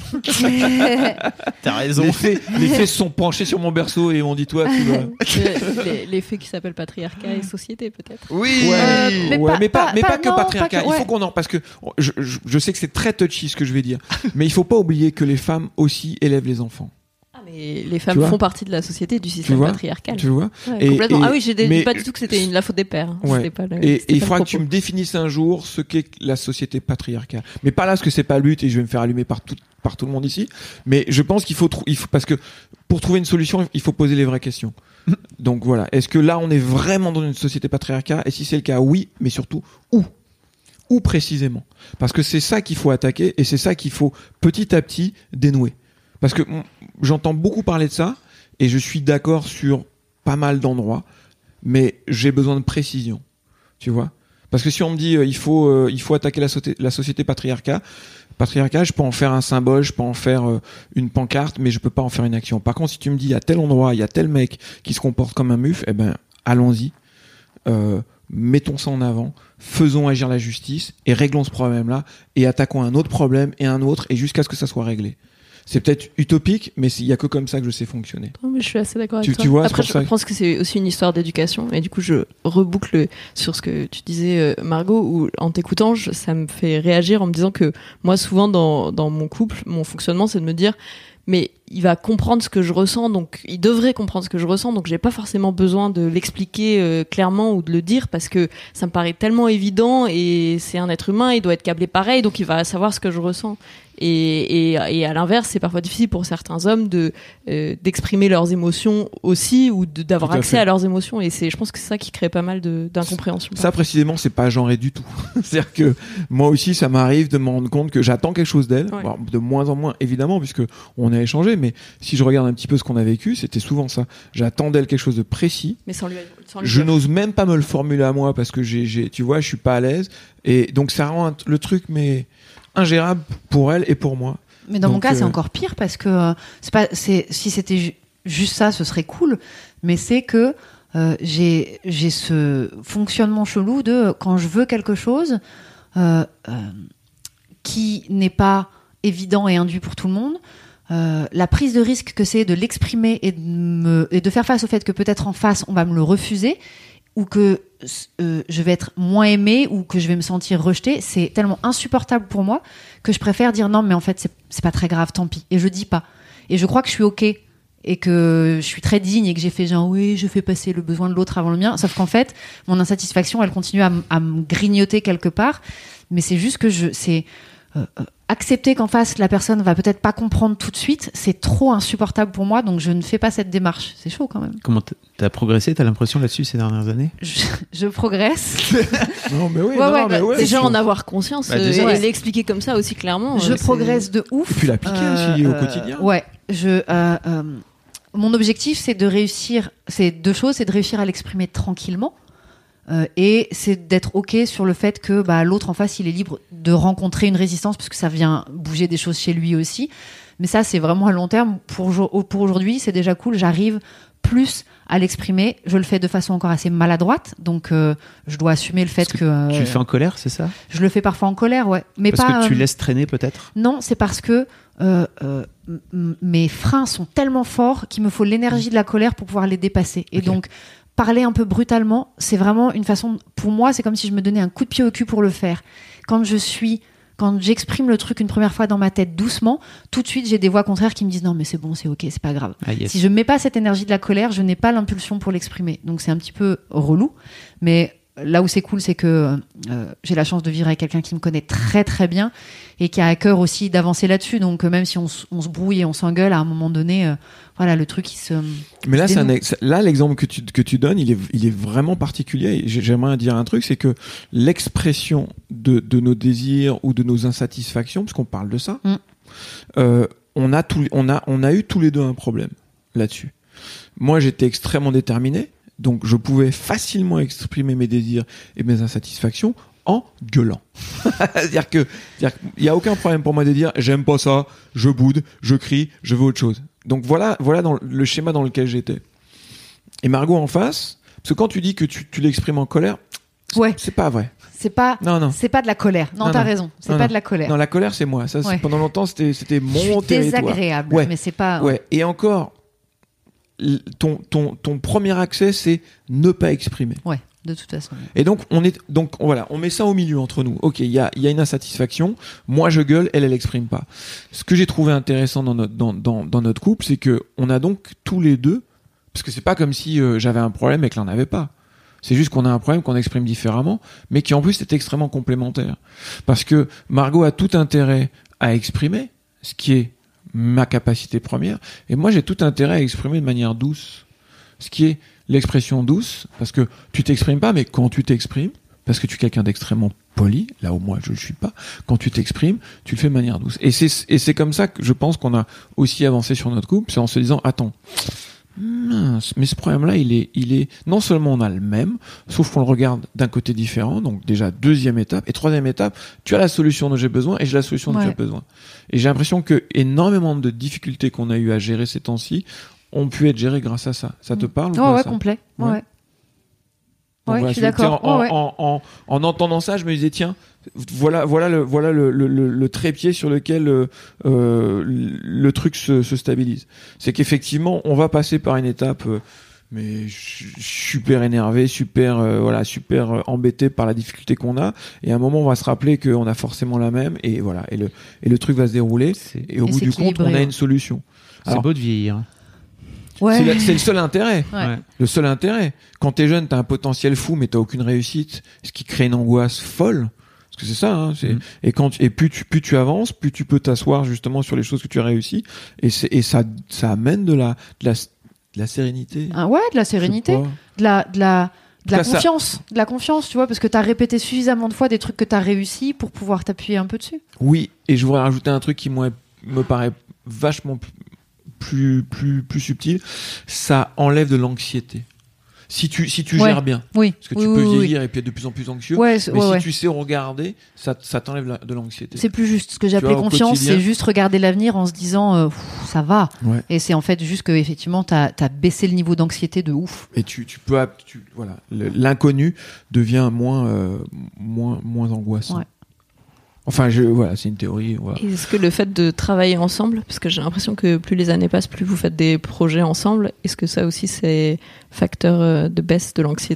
T'as raison. Les faits se sont penchés sur mon berceau et m'ont dit toi, tu vas. les faits qui s'appellent patriarcat et société, peut-être. Oui. Mais pas que patriarcat. Il faut qu'on en, parce que je sais que c'est très touchy ce que je vais dire, mais il faut pas oublier que les femmes aussi élèvent les enfants. Mais les femmes font partie de la société, du système patriarcal. Tu vois, complètement. Ah oui, j'ai dit pas du tout que c'était la faute des pères. Ouais. Et il faudra que tu me définisses un jour ce qu'est la société patriarcale. Mais pas là, parce que c'est pas le but et je vais me faire allumer par tout le monde ici. Mais je pense qu'il faut parce que pour trouver une solution, il faut poser les vraies questions. Donc voilà. Est-ce que là, on est vraiment dans une société patriarcale? Et si c'est le cas, oui, mais surtout, où précisément? Parce que c'est ça qu'il faut attaquer et c'est ça qu'il faut petit à petit dénouer. Parce que j'entends beaucoup parler de ça et je suis d'accord sur pas mal d'endroits, mais j'ai besoin de précision, tu vois. Parce que si on me dit il faut attaquer la société patriarcale, je peux en faire un symbole, je peux en faire une pancarte, mais je peux pas en faire une action. Par contre, si tu me dis à tel endroit, il y a tel mec qui se comporte comme un muf, eh ben allons-y, mettons ça en avant, faisons agir la justice et réglons ce problème-là et attaquons un autre problème et un autre et jusqu'à ce que ça soit réglé. C'est peut-être utopique, mais il y a que comme ça que je sais fonctionner. Non, mais je suis assez d'accord avec toi. Tu vois, après, je pense que c'est aussi une histoire d'éducation, et du coup, je reboucle sur ce que tu disais, Margot, où en t'écoutant, ça me fait réagir en me disant que moi, souvent dans mon couple, mon fonctionnement, c'est de me dire, mais il va comprendre ce que je ressens, donc il devrait comprendre ce que je ressens, donc j'ai pas forcément besoin de l'expliquer clairement ou de le dire parce que ça me paraît tellement évident et c'est un être humain, il doit être câblé pareil, donc il va savoir ce que je ressens. Et à l'inverse, c'est parfois difficile pour certains hommes d'exprimer leurs émotions aussi ou d'avoir accès à leurs émotions. Et je pense que c'est ça qui crée pas mal d'incompréhension. Ça précisément, c'est pas genré du tout. C'est-à-dire que moi aussi, ça m'arrive de me rendre compte que j'attends quelque chose d'elle, ouais. De moins en moins évidemment, puisque on a échangé. Mais si je regarde un petit peu ce qu'on a vécu, c'était souvent ça. J'attends d'elle quelque chose de précis. Mais sans lui je n'ose même pas me le formuler à moi parce que tu vois, je suis pas à l'aise. Et donc ça rend le truc ingérable pour elle et pour moi. Mais dans mon cas, c'est encore pire parce que si c'était juste ça, ce serait cool. Mais c'est que j'ai ce fonctionnement chelou de quand je veux quelque chose qui n'est pas évident et induit pour tout le monde, la prise de risque que c'est de l'exprimer et de faire face au fait que peut-être en face on va me le refuser ou que je vais être moins aimée ou que je vais me sentir rejetée, c'est tellement insupportable pour moi que je préfère dire non mais en fait c'est pas très grave, tant pis, et je dis pas, et je crois que je suis ok et que je suis très digne et que j'ai fait genre oui je fais passer le besoin de l'autre avant le mien, sauf qu'en fait mon insatisfaction elle continue à me grignoter quelque part, mais c'est juste que accepter qu'en face la personne va peut-être pas comprendre tout de suite, c'est trop insupportable pour moi, donc je ne fais pas cette démarche. C'est chaud quand même. Comment t'as progressé, t'as l'impression là-dessus ces dernières années? Je progresse. Non mais oui, déjà en avoir conscience et l'expliquer comme ça aussi clairement. Je progresse de ouf. Et puis l'appliquer aussi au quotidien. Ouais, mon objectif c'est de réussir, c'est deux choses, c'est de réussir à l'exprimer tranquillement. Et c'est d'être ok sur le fait que l'autre en face il est libre de rencontrer une résistance parce que ça vient bouger des choses chez lui aussi, mais ça c'est vraiment à long terme. Pour aujourd'hui c'est déjà cool, j'arrive plus à l'exprimer, je le fais de façon encore assez maladroite, donc je dois assumer le fait que tu le fais en colère, c'est ça? Je le fais parfois en colère, ouais, mais parce pas que tu laisses traîner peut-être? Non, c'est parce que mes freins sont tellement forts qu'il me faut l'énergie de la colère pour pouvoir les dépasser, et donc parler un peu brutalement, c'est vraiment une façon, pour moi, c'est comme si je me donnais un coup de pied au cul pour le faire. Quand j'exprime le truc une première fois dans ma tête doucement, tout de suite, j'ai des voix contraires qui me disent non, mais c'est bon, c'est ok, c'est pas grave. Ah, yes. Si je mets pas cette énergie de la colère, je n'ai pas l'impulsion pour l'exprimer. Donc c'est un petit peu relou, mais là où c'est cool, c'est que j'ai la chance de vivre avec quelqu'un qui me connaît très très bien et qui a à cœur aussi d'avancer là-dessus. Donc même si on se brouille et on s'engueule, à un moment donné, le truc il se... Mais là, l'exemple que tu donnes, il est vraiment particulier. J'aimerais dire un truc, c'est que l'expression de nos désirs ou de nos insatisfactions, parce qu'on parle de ça, on a eu tous les deux un problème là-dessus. Moi, j'étais extrêmement déterminé. Donc, je pouvais facilement exprimer mes désirs et mes insatisfactions en gueulant. C'est-à-dire qu'il n'y a aucun problème pour moi de dire j'aime pas ça, je boude, je crie, je veux autre chose. Donc, voilà dans le schéma dans lequel j'étais. Et Margot en face, parce que quand tu dis que tu l'exprimes en colère, c'est pas vrai. C'est pas de la colère. Non, t'as raison. C'est pas de la colère. Non, la colère, c'est moi. Ça, pendant longtemps, c'était mon territoire. Désagréable, mais c'est pas... Ouais. Et encore... Ton premier accès, c'est ne pas exprimer. Ouais, de toute façon. Et donc on met ça au milieu entre nous. Ok, il y a une insatisfaction. Moi je gueule, elle exprime pas. Ce que j'ai trouvé intéressant dans notre couple, c'est que on a donc tous les deux, parce que c'est pas comme si j'avais un problème et que l'un n'avait pas. C'est juste qu'on a un problème qu'on exprime différemment, mais qui en plus est extrêmement complémentaire. Parce que Margot a tout intérêt à exprimer, ce qui est ma capacité première, et moi j'ai tout intérêt à exprimer de manière douce, ce qui est l'expression douce, parce que tu t'exprimes pas, mais quand tu t'exprimes, parce que tu es quelqu'un d'extrêmement poli, là où moi je le suis pas, quand tu t'exprimes, tu le fais de manière douce, et c'est comme ça que je pense qu'on a aussi avancé sur notre couple, c'est en se disant attends, mince, mais ce problème-là, il est non seulement on a le même, sauf qu'on le regarde d'un côté différent. Donc déjà deuxième étape, et troisième étape, tu as la solution dont j'ai besoin et j'ai la solution dont tu as besoin. Et j'ai l'impression que énormément de difficultés qu'on a eu à gérer ces temps-ci ont pu être gérées grâce à ça. Ça te parle ou pas, ouais, ça complet. Ouais. Donc, je suis d'accord. En entendant ça, je me disais tiens, voilà le trépied sur lequel le truc se stabilise. C'est qu'effectivement, on va passer par une étape mais super énervé, super embêté par la difficulté qu'on a. Et à un moment, on va se rappeler qu'on a forcément la même, et voilà, et le truc va se dérouler. Et au bout du compte, on a une solution. C'est beau de vieillir. Ouais. C'est le seul intérêt. Ouais. Le seul intérêt. Quand t'es jeune, t'as un potentiel fou, mais t'as aucune réussite, ce qui crée une angoisse folle. Parce que c'est ça, hein, et plus tu avances, plus tu peux t'asseoir justement sur les choses que tu as réussi, et ça amène de la sérénité. Ah ouais, de la sérénité, de la confiance, de la confiance, tu vois, parce que t'as répété suffisamment de fois des trucs que t'as réussi pour pouvoir t'appuyer un peu dessus. Oui, et je voudrais rajouter un truc qui me paraît vachement plus subtil. Ça enlève de l'anxiété. Si tu gères bien, parce que tu peux vieillir et puis être de plus en plus anxieux, mais si tu sais regarder, ça t'enlève de l'anxiété. C'est plus juste. Ce que j'appelais confiance, c'est juste regarder l'avenir en se disant ça va. Ouais. Et c'est en fait juste que effectivement t'as baissé le niveau d'anxiété de ouf. Et l'inconnu devient moins angoissant. Ouais. Enfin, c'est une théorie. Voilà. Et est-ce que le fait de travailler ensemble, parce que j'ai l'impression que plus les années passent, plus vous faites des projets ensemble, est-ce que ça aussi c'est facteur de baisse de l'anxiété ?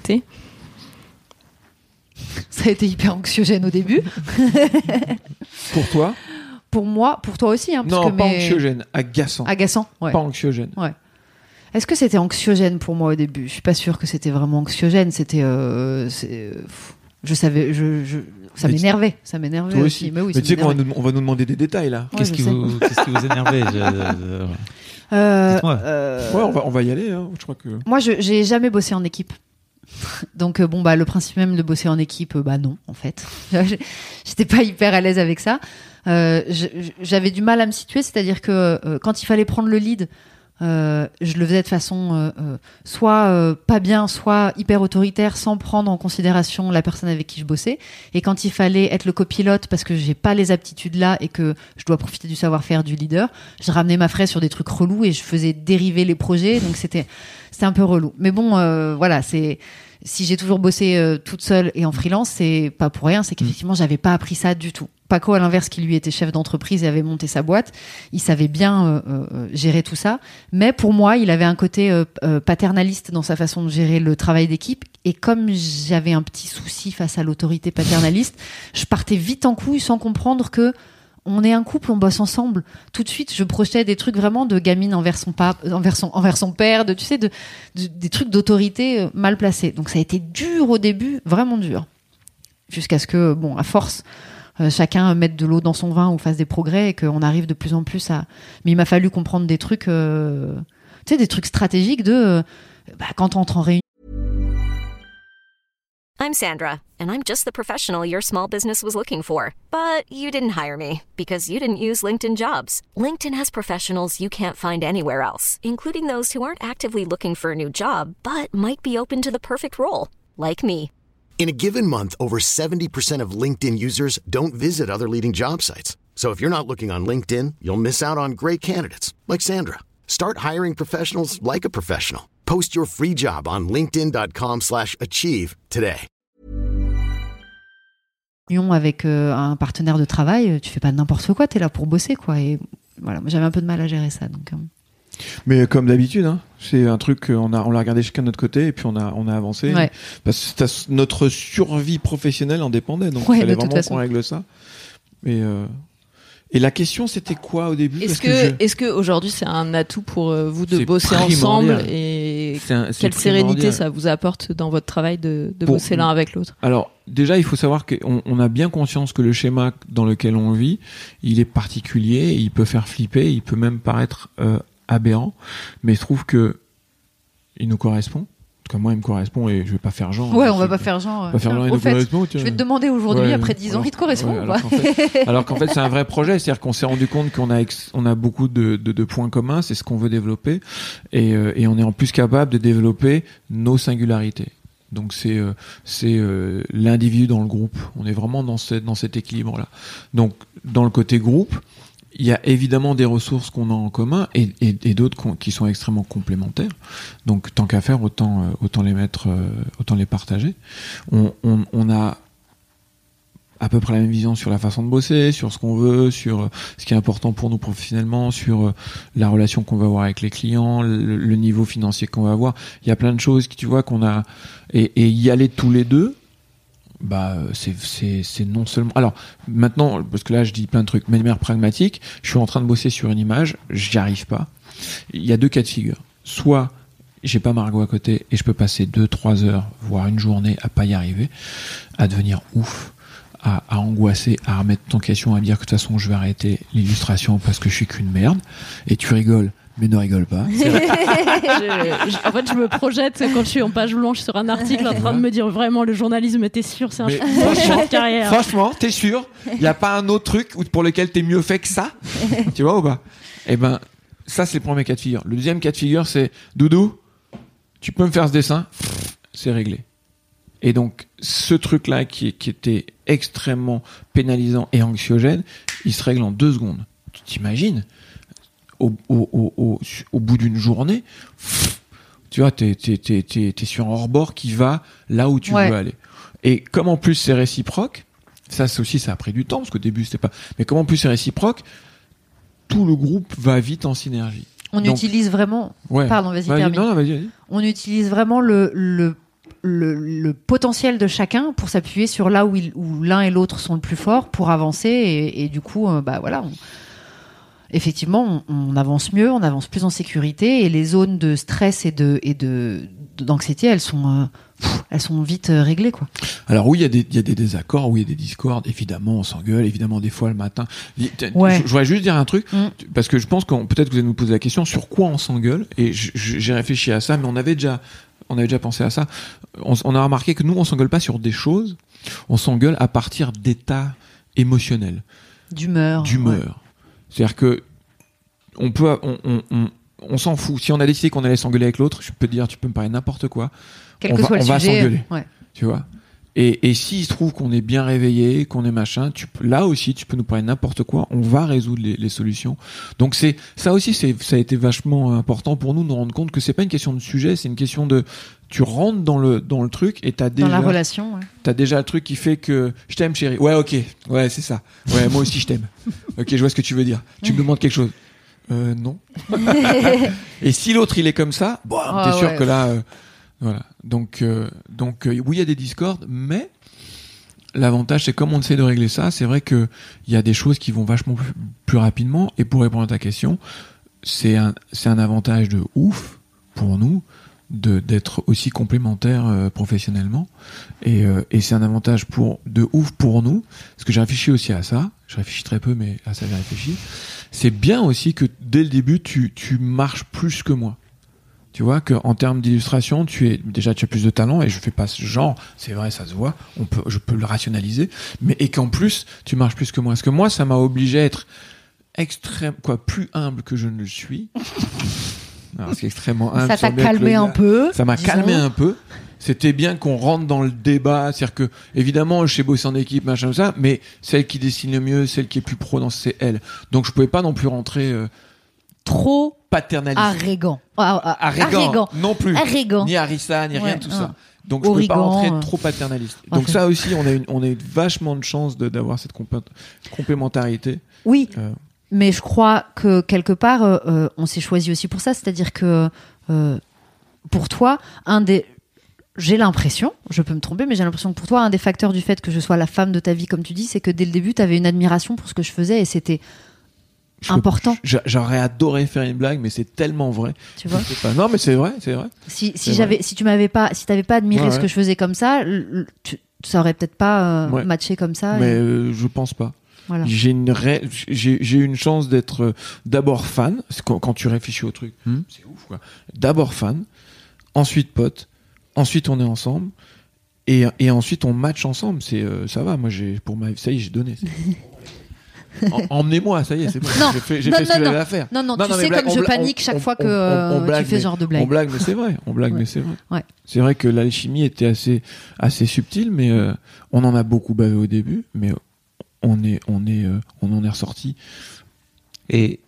Ça a été hyper anxiogène au début. Pour toi ? Pour moi, pour toi aussi. Hein, parce non, pas anxiogène, agaçant. Agaçant, ouais. Pas anxiogène. Ouais. Est-ce que c'était anxiogène pour moi au début ? Je suis pas sûre que c'était vraiment anxiogène. C'était, je savais, ça m'énervait. Toi aussi. Mais tu sais qu'on va nous demander des détails là. Qu'est-ce qui vous énervait Dites-moi. On va y aller. Hein. Je crois que. Moi, j'ai jamais bossé en équipe. Donc le principe même de bosser en équipe, non, en fait. J'étais pas hyper à l'aise avec ça. J'avais du mal à me situer, c'est-à-dire que quand il fallait prendre le lead, je le faisais de façon soit pas bien, soit hyper autoritaire, sans prendre en considération la personne avec qui je bossais. Et quand il fallait être le copilote, parce que j'ai pas les aptitudes là et que je dois profiter du savoir-faire du leader, je ramenais ma fraise sur des trucs relous et je faisais dériver les projets. Donc c'était un peu relou. Mais bon, voilà, si j'ai toujours bossé toute seule et en freelance, c'est pas pour rien, c'est qu'effectivement j'avais pas appris ça du tout. Paco, à l'inverse, qui lui était chef d'entreprise et avait monté sa boîte, il savait bien gérer tout ça. Mais pour moi, il avait un côté paternaliste dans sa façon de gérer le travail d'équipe. Et comme j'avais un petit souci face à l'autorité paternaliste, je partais vite en couille sans comprendre que on est un couple, on bosse ensemble. Tout de suite, je projetais des trucs vraiment de gamine envers son père, des trucs d'autorité mal placés. Donc ça a été dur au début, vraiment dur. Jusqu'à ce que, à force, chacun mette de l'eau dans son vin ou fasse des progrès et qu'on arrive de plus en plus à... Mais il m'a fallu comprendre des trucs, des trucs stratégiques de... quand on entre en réunion... I'm Sandra, and I'm just the professional your small business was looking for. But you didn't hire me because you didn't use LinkedIn Jobs. LinkedIn has professionals you can't find anywhere else, including those who aren't actively looking for a new job, but might be open to the perfect role, like me. In a given month, over 70% of LinkedIn users don't visit other leading job sites. So if you're not looking on LinkedIn, you'll miss out on great candidates like Sandra. Start hiring professionals like a professional. Post your free job on linkedin.com/achieve today. Avec un partenaire de travail, tu fais pas n'importe quoi, t'es là pour bosser, quoi. Et voilà, moi j'avais un peu de mal à gérer ça, donc. Mais comme d'habitude, hein, c'est un truc on l'a regardé chacun de notre côté et puis on a avancé. Ouais. Parce que notre survie professionnelle en dépendait, donc il fallait vraiment qu'on règle ça. Et la question, c'était quoi au début ? Est-ce que aujourd'hui c'est un atout pour vous de bosser ensemble et quelle sérénité ça vous apporte dans votre travail de bosser l'un avec l'autre ? Alors déjà, il faut savoir qu'on a bien conscience que le schéma dans lequel on vit, il est particulier, il peut faire flipper, il peut même paraître aberrant, mais je trouve que il nous correspond. En tout cas, moi, il me correspond et je vais pas faire genre. Ouais, on va pas faire genre. Je vais te demander aujourd'hui, après 10 ans, il te correspond ou pas ? Alors qu'en fait, c'est un vrai projet. C'est-à-dire qu'on s'est rendu compte qu'on a beaucoup de points communs. C'est ce qu'on veut développer. Et on est en plus capable de développer nos singularités. Donc c'est l'individu dans le groupe. On est vraiment dans cet équilibre-là. Donc, dans le côté groupe, il y a évidemment des ressources qu'on a en commun et d'autres qui sont extrêmement complémentaires. Donc tant qu'à faire, autant les mettre, autant les partager. On a à peu près la même vision sur la façon de bosser, sur ce qu'on veut, sur ce qui est important pour nous professionnellement, sur la relation qu'on va avoir avec les clients, le niveau financier qu'on va avoir. Il y a plein de choses qui, tu vois, qu'on a, et y aller tous les deux, c'est non seulement. Alors, maintenant, parce que là, je dis plein de trucs, mais de manière pragmatique, je suis en train de bosser sur une image, j'y arrive pas. Il y a 2 cas de figure. Soit, j'ai pas Margot à côté et je peux passer 2-3 heures, voire une journée à pas y arriver, à devenir ouf, à angoisser, à remettre en question, à dire que de toute façon je vais arrêter l'illustration parce que je suis qu'une merde. Et tu rigoles, mais ne rigole pas. En fait, je me projette quand je suis en page blanche sur un article en train de me dire vraiment le journalisme, t'es sûr, c'est un choix de carrière. Franchement, t'es sûr? Il n'y a pas un autre truc pour lequel t'es mieux fait que ça? Tu vois ou pas? Eh ben, ça c'est le premier cas de figure. Le deuxième cas de figure, c'est Doudou, tu peux me faire ce dessin? C'est réglé. Et donc, ce truc-là qui était extrêmement pénalisant et anxiogène, il se règle en 2 secondes. Tu t'imagines? Au bout d'une journée, tu vois, t'es sur un hors-bord qui va là où tu veux aller. Et comme en plus c'est réciproque, ça a pris du temps, parce qu'au début c'était pas, mais comme en plus c'est réciproque, tout le groupe va vite en synergie. On utilise vraiment, pardon, vas-y, termine. Non, vas-y. On utilise vraiment le potentiel de chacun pour s'appuyer sur là où l'un et l'autre sont le plus forts pour avancer et du coup effectivement on avance mieux, on avance plus en sécurité et les zones de stress et d'anxiété elles sont vite réglées quoi. Alors oui, il y a des désaccords, oui, il y a des discordes, évidemment on s'engueule, évidemment des fois le matin. Je voudrais juste dire un truc parce que je pense peut-être que vous allez nous poser la question sur quoi on s'engueule et j'ai réfléchi à ça, mais on avait déjà pensé à ça. On a remarqué que nous, on s'engueule pas sur des choses, on s'engueule à partir d'états émotionnels. D'humeur. Ouais. C'est-à-dire que on s'en fout. Si on a décidé qu'on allait s'engueuler avec l'autre, je peux te dire, tu peux me parler n'importe quoi. Quel que soit le sujet. On va s'engueuler. Ouais. Tu vois? Et s'il se trouve qu'on est bien réveillé, qu'on est machin, là aussi, tu peux nous parler n'importe quoi, on va résoudre les solutions. Donc ça aussi, ça a été vachement important pour nous de nous rendre compte que c'est pas une question de sujet, c'est une question de, tu rentres dans le truc et t'as déjà. Dans la relation, ouais. T'as déjà le truc qui fait que, je t'aime chérie. Ouais, ok. Ouais, c'est ça. Ouais, moi aussi je t'aime. Ok, je vois ce que tu veux dire. Tu me demandes quelque chose. Non. Et si l'autre il est comme ça, t'es sûr que là, voilà. Donc oui, il y a des discordes, mais l'avantage, c'est comme on essaie de régler ça, c'est vrai que il y a des choses qui vont vachement plus rapidement. Et pour répondre à ta question, c'est un avantage de ouf pour nous d'être aussi complémentaires professionnellement. Et c'est un avantage de ouf pour nous, parce que j'ai réfléchi aussi à ça. Je réfléchis très peu, mais à ça j'ai réfléchi. C'est bien aussi que dès le début, tu marches plus que moi. Tu vois qu'en termes d'illustration, tu as plus de talent et je fais pas ce genre, c'est vrai, ça se voit, je peux le rationaliser, et qu'en plus, tu marches plus que moi. Parce que moi, ça m'a obligé à être plus humble que je ne le suis. Alors, c'est extrêmement humble. Ça t'a calmé un peu. Ça m'a calmé un peu. C'était bien qu'on rentre dans le débat, c'est-à-dire que, évidemment, je sais bosser en équipe, machin, ça, mais celle qui dessine le mieux, celle qui est plus pro, c'est elle. Donc, je pouvais pas non plus rentrer, trop paternaliste. Arrogant. Non plus. Arrogant. Ni harissa, ni rien de tout ça. Donc je peux pas rentrer trop paternaliste. Donc ça aussi, on a eu vachement de chance d'avoir cette complémentarité. Oui. Mais je crois que quelque part, on s'est choisi aussi pour ça. C'est-à-dire que pour toi, j'ai l'impression, je peux me tromper, mais j'ai l'impression que pour toi, un des facteurs du fait que je sois la femme de ta vie, comme tu dis, c'est que dès le début, tu avais une admiration pour ce que je faisais et c'était important. J'aurais adoré faire une blague, mais c'est tellement vrai. Tu vois? Non, mais c'est vrai. Si t'avais pas admiré ce que je faisais comme ça, ça aurait peut-être pas matché comme ça. Mais je pense pas. Voilà. J'ai une chance d'être d'abord fan. Quand tu réfléchis au truc, c'est ouf, quoi. D'abord fan, ensuite pote, ensuite on est ensemble, et ensuite on match ensemble. Ça va. Moi, ça y est, j'ai donné. Emmenez-moi, ça y est, c'est bon. J'ai fait ce que j'avais à faire. Non, tu sais comme je panique chaque fois que tu fais ce genre de blague. On blague, mais c'est vrai. Mais c'est vrai. Ouais. C'est vrai que l'alchimie était assez subtile, mais on en a beaucoup bavé au début, mais on en est ressorti. Et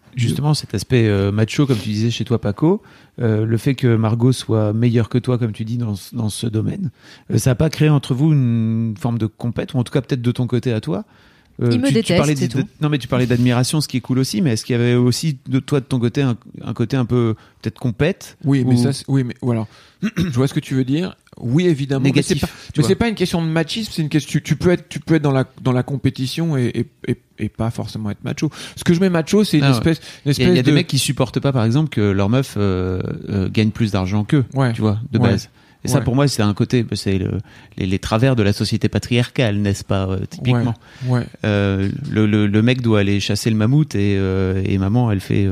Justement, cet aspect macho, comme tu disais chez toi, Paco, le fait que Margot soit meilleure que toi, comme tu dis, dans ce domaine, ça n'a pas créé entre vous une forme de compète, ou en tout cas peut-être de ton côté à toi. Il me déteste, c'est tout. Non, mais tu parlais d'admiration, ce qui est cool aussi, mais est-ce qu'il y avait aussi de ton côté un côté un peu peut-être compète? Oui, mais voilà. Je vois ce que tu veux dire. Oui, évidemment. Négatif, mais c'est pas une question de machisme, c'est une question. Tu peux être dans la compétition et pas forcément être macho. Ce que je mets macho, c'est une espèce. Il y a des mecs qui supportent pas, par exemple, que leur meuf gagne plus d'argent qu'eux. Ouais. Tu vois, de base. Et ça, pour moi, c'est un côté, c'est les travers de la société patriarcale, n'est-ce pas, typiquement. Ouais. Le mec doit aller chasser le mammouth et maman, elle fait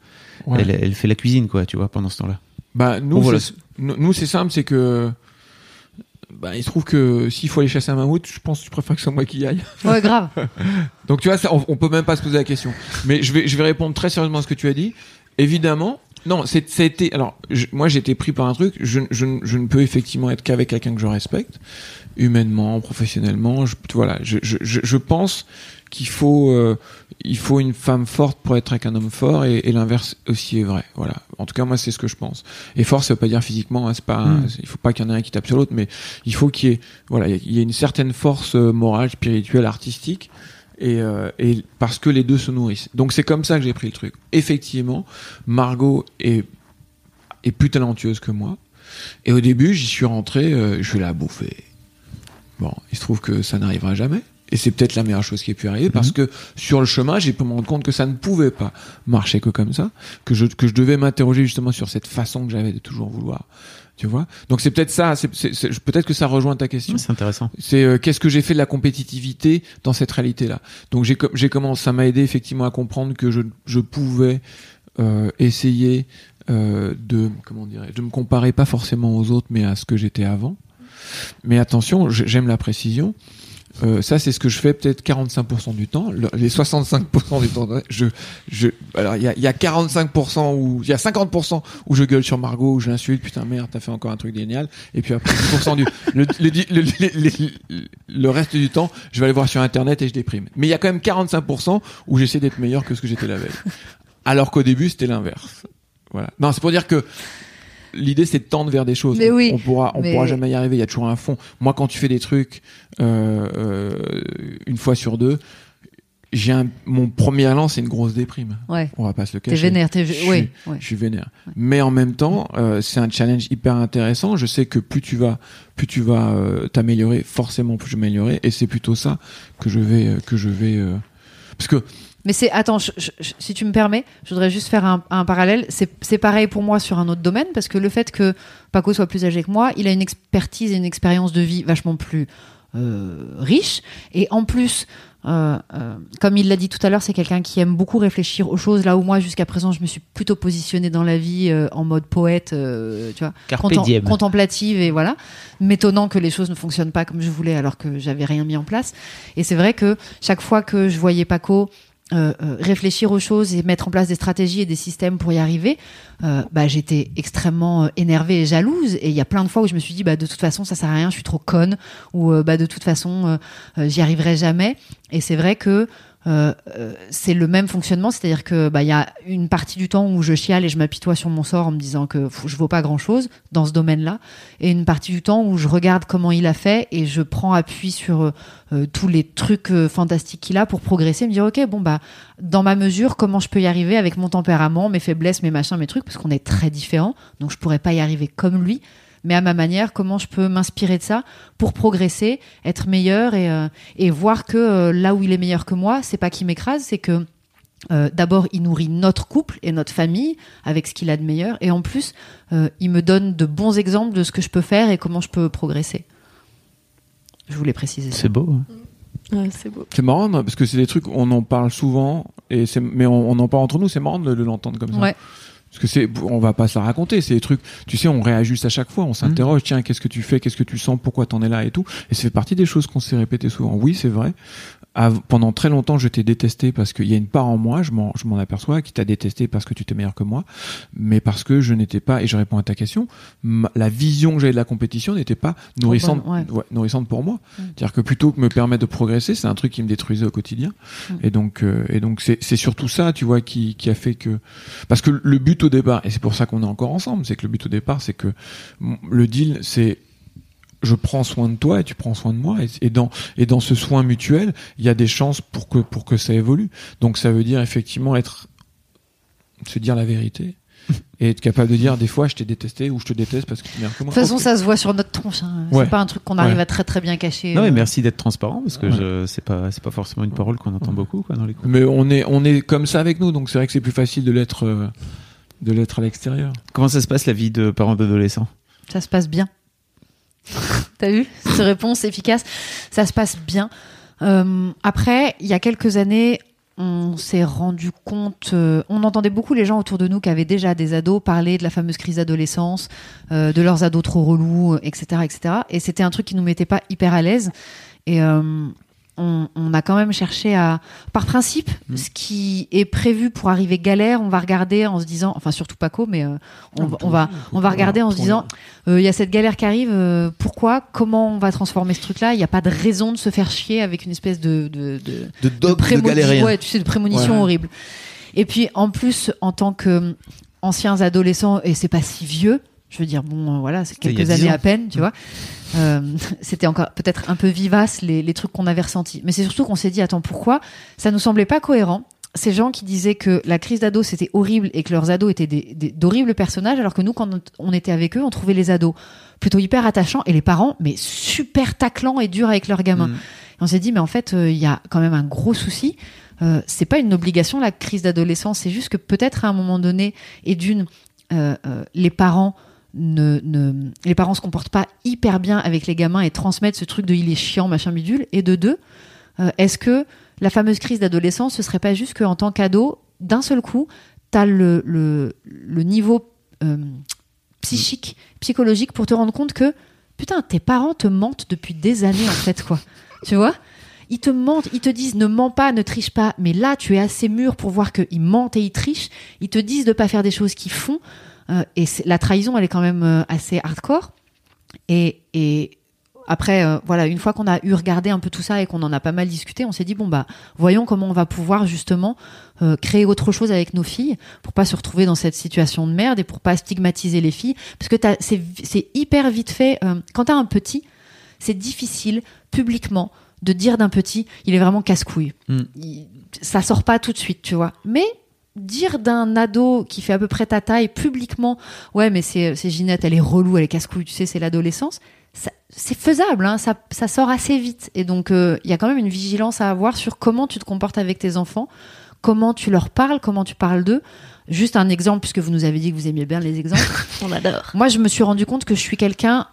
la cuisine, quoi, tu vois, pendant ce temps-là. Bah, nous, c'est simple, c'est que, bah, il se trouve que s'il faut aller chasser un mammouth, je pense que je préfère que ce soit moi qui y aille. Ouais, grave. Donc, tu vois, ça, on peut même pas se poser la question. Mais je vais répondre très sérieusement à ce que tu as dit. Évidemment, non, ça a été. Alors, moi, j'ai été pris par un truc. Je ne peux effectivement être qu'avec quelqu'un que je respecte, humainement, professionnellement. Je pense qu'il faut une femme forte pour être avec un homme fort, et l'inverse aussi est vrai. Voilà. En tout cas, moi, c'est ce que je pense. Et fort, ça veut pas dire physiquement. Hein, c'est pas. Il faut pas qu'il y en ait un qui tape sur l'autre, mais il faut qu'il y ait. Voilà, il y a une certaine force morale, spirituelle, artistique. Et parce que les deux se nourrissent. Donc c'est comme ça que j'ai pris le truc. Effectivement, Margot est plus talentueuse que moi. Et au début, j'y suis rentré, je vais la bouffer. Bon, il se trouve que ça n'arrivera jamais. Et c'est peut-être la meilleure chose qui ait pu arriver, parce que sur le chemin, j'ai pu me rendre compte que ça ne pouvait pas marcher que comme ça, que je devais m'interroger justement sur cette façon que j'avais de toujours vouloir. Tu vois, donc c'est peut-être ça, peut-être que ça rejoint ta question. C'est intéressant. C'est qu'est-ce que j'ai fait de la compétitivité dans cette réalité-là. Donc j'ai commencé, ça m'a aidé effectivement à comprendre que je pouvais essayer de me comparer pas forcément aux autres, mais à ce que j'étais avant. Mais attention, j'aime la précision. Ça, c'est ce que je fais peut-être 45% du temps. Les 65% du temps, alors il y a 45% où il y a 50% où je gueule sur Margot, où je l'insulte, putain merde, t'as fait encore un truc génial. Et puis après 10% le reste du temps, je vais aller voir sur internet et je déprime. Mais il y a quand même 45% où j'essaie d'être meilleur que ce que j'étais la veille. Alors qu'au début, c'était l'inverse. Voilà. Non, c'est pour dire que l'idée, c'est de tendre vers des choses. Mais on pourra jamais y arriver. Il y a toujours un fond. Moi, quand tu fais des trucs une fois sur deux, mon premier élan, c'est une grosse déprime. Ouais. On va pas se le cacher. T'es vénère. Je suis vénère. Ouais. Mais en même temps, c'est un challenge hyper intéressant. Je sais que plus tu vas t'améliorer, forcément plus je vais m'améliorer. Et c'est plutôt ça que je vais parce que. Mais attends, si tu me permets, je voudrais juste faire un parallèle. C'est pareil pour moi sur un autre domaine, parce que le fait que Paco soit plus âgé que moi, il a une expertise et une expérience de vie vachement plus riche. Et en plus, comme il l'a dit tout à l'heure, c'est quelqu'un qui aime beaucoup réfléchir aux choses, là où moi, jusqu'à présent, je me suis plutôt positionnée dans la vie en mode poète, tu vois, contemplative, et voilà, m'étonnant que les choses ne fonctionnent pas comme je voulais alors que j'avais rien mis en place. Et c'est vrai que chaque fois que je voyais Paco réfléchir aux choses et mettre en place des stratégies et des systèmes pour y arriver, j'étais extrêmement énervée et jalouse. Et il y a plein de fois où je me suis dit, de toute façon, ça sert à rien, je suis trop conne, ou de toute façon, j'y arriverai jamais. Et c'est vrai que c'est le même fonctionnement, c'est-à-dire que il y a une partie du temps où je chiale et je m'apitoie sur mon sort en me disant que je vaux pas grand-chose dans ce domaine-là, et une partie du temps où je regarde comment il a fait et je prends appui sur tous les trucs fantastiques qu'il a pour progresser, me dire ok, dans ma mesure, comment je peux y arriver avec mon tempérament, mes faiblesses, mes machins, mes trucs, parce qu'on est très différents, donc je pourrais pas y arriver comme lui, mais à ma manière, comment je peux m'inspirer de ça pour progresser, être meilleur, et voir que là où il est meilleur que moi, c'est pas qu'il m'écrase, c'est que d'abord il nourrit notre couple et notre famille avec ce qu'il a de meilleur, et en plus il me donne de bons exemples de ce que je peux faire et comment je peux progresser. Je voulais préciser ça. C'est beau. Ouais, c'est beau. C'est marrant parce que c'est des trucs, on en parle souvent, mais on en parle entre nous, c'est marrant de l'entendre comme ça. Ouais. Parce que on va pas se la raconter, c'est des trucs, tu sais, on réajuste à chaque fois, on s'interroge, tiens, qu'est-ce que tu fais, qu'est-ce que tu sens, pourquoi t'en es là et tout. Et ça fait partie des choses qu'on s'est répétées souvent. Oui, c'est vrai. pendant très longtemps, je t'ai détesté parce qu'il y a une part en moi, je m'en aperçois, qui t'a détesté parce que tu étais meilleur que moi, mais parce que je n'étais pas, et je réponds à ta question, la vision que j'avais de la compétition n'était pas nourrissante, nourrissante pour moi. C'est-à-dire que plutôt que me permettre de progresser, c'est un truc qui me détruisait au quotidien. Et donc c'est surtout ça, tu vois, qui a fait que, parce que le but au départ, et c'est pour ça qu'on est encore ensemble, c'est que le but au départ, c'est que le deal, c'est je prends soin de toi et tu prends soin de moi, et dans ce soin mutuel, il y a des chances pour que ça évolue. Donc ça veut dire effectivement se dire la vérité et être capable de dire des fois je t'ai détesté ou je te déteste parce que tu es meilleur que moi. De toute façon, ça se voit sur notre tronche. C'est pas un truc qu'on arrive à très très bien cacher. Non, mais merci d'être transparent parce que c'est pas forcément une parole qu'on entend beaucoup dans les couples. Mais on est comme ça avec nous, donc c'est vrai que c'est plus facile de l'être à l'extérieur. Comment ça se passe la vie de parents d'adolescents ? Ça se passe bien. T'as vu cette réponse efficace? Ça se passe bien. Après, il y a quelques années, on s'est rendu compte, on entendait beaucoup les gens autour de nous qui avaient déjà des ados parler de la fameuse crise d'adolescence, de leurs ados trop relous, etc., etc. Et c'était un truc qui nous mettait pas hyper à l'aise. Et on a quand même cherché par principe, ce qui est prévu pour arriver galère, on va regarder en se disant, enfin surtout Paco, mais on va regarder en se disant, il y a cette galère qui arrive, pourquoi, comment on va transformer ce truc-là? Il n'y a pas de raison de se faire chier avec une espèce de galérien. Ouais, tu sais, de prémonition horrible. Et puis en plus, en tant que anciens adolescents, et c'est pas si vieux, je veux dire, bon, voilà, c'est quelques années à peine, tu vois. C'était encore peut-être un peu vivace les trucs qu'on avait ressentis. Mais c'est surtout qu'on s'est dit, attends, pourquoi ça nous semblait pas cohérent? Ces gens qui disaient que la crise d'ado c'était horrible et que leurs ados étaient d'horribles personnages, alors que nous, quand on était avec eux, on trouvait les ados plutôt hyper attachants et les parents, mais super taclants et durs avec leurs gamins. Et on s'est dit, mais en fait, il y a quand même un gros souci. C'est pas une obligation, la crise d'adolescence, c'est juste que peut-être à un moment donné, et les parents se comportent pas hyper bien avec les gamins et transmettent ce truc de il est chiant, machin bidule. Et de deux, est-ce que la fameuse crise d'adolescence, ce serait pas juste qu'en tant qu'ado, d'un seul coup, t'as le niveau psychique, psychologique pour te rendre compte que putain, tes parents te mentent depuis des années en fait, quoi. Tu vois ? Ils te mentent, ils te disent ne mens pas, ne triche pas, mais là tu es assez mûr pour voir qu'ils mentent et ils trichent. Ils te disent de pas faire des choses qu'ils font. Et la trahison, elle est quand même assez hardcore. Et après, voilà, une fois qu'on a regardé un peu tout ça et qu'on en a pas mal discuté, on s'est dit, bon, bah, voyons comment on va pouvoir justement créer autre chose avec nos filles pour pas se retrouver dans cette situation de merde et pour pas stigmatiser les filles. Parce que c'est hyper vite fait. Quand t'as un petit, c'est difficile, publiquement, de dire d'un petit, il est vraiment casse-couille. Ça sort pas tout de suite, tu vois. Mais dire d'un ado qui fait à peu près ta taille publiquement, ouais, mais c'est Ginette, elle est relou, elle est casse-couille, tu sais, c'est l'adolescence, c'est faisable, hein, ça sort assez vite. Et donc, il y a quand même une vigilance à avoir sur comment tu te comportes avec tes enfants, comment tu leur parles, comment tu parles d'eux. Juste un exemple, puisque vous nous avez dit que vous aimiez bien les exemples. On adore. Moi, je me suis rendu compte que je suis quelqu'un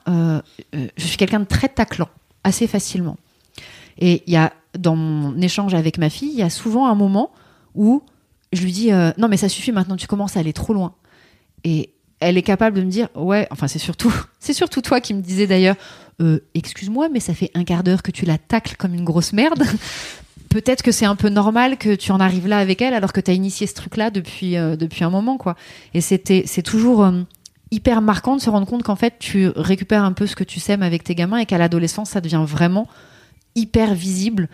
de très taclant, assez facilement. Et il y a, dans mon échange avec ma fille, il y a souvent un moment où je lui dis non mais ça suffit maintenant, tu commences à aller trop loin. Et elle est capable de me dire ouais, enfin c'est surtout toi qui me disais d'ailleurs excuse-moi mais ça fait un quart d'heure que tu la tacles comme une grosse merde. Peut-être que c'est un peu normal que tu en arrives là avec elle alors que tu as initié ce truc là depuis un moment, quoi. Et c'est toujours hyper marquant de se rendre compte qu'en fait tu récupères un peu ce que tu sèmes avec tes gamins et qu'à l'adolescence ça devient vraiment hyper visible.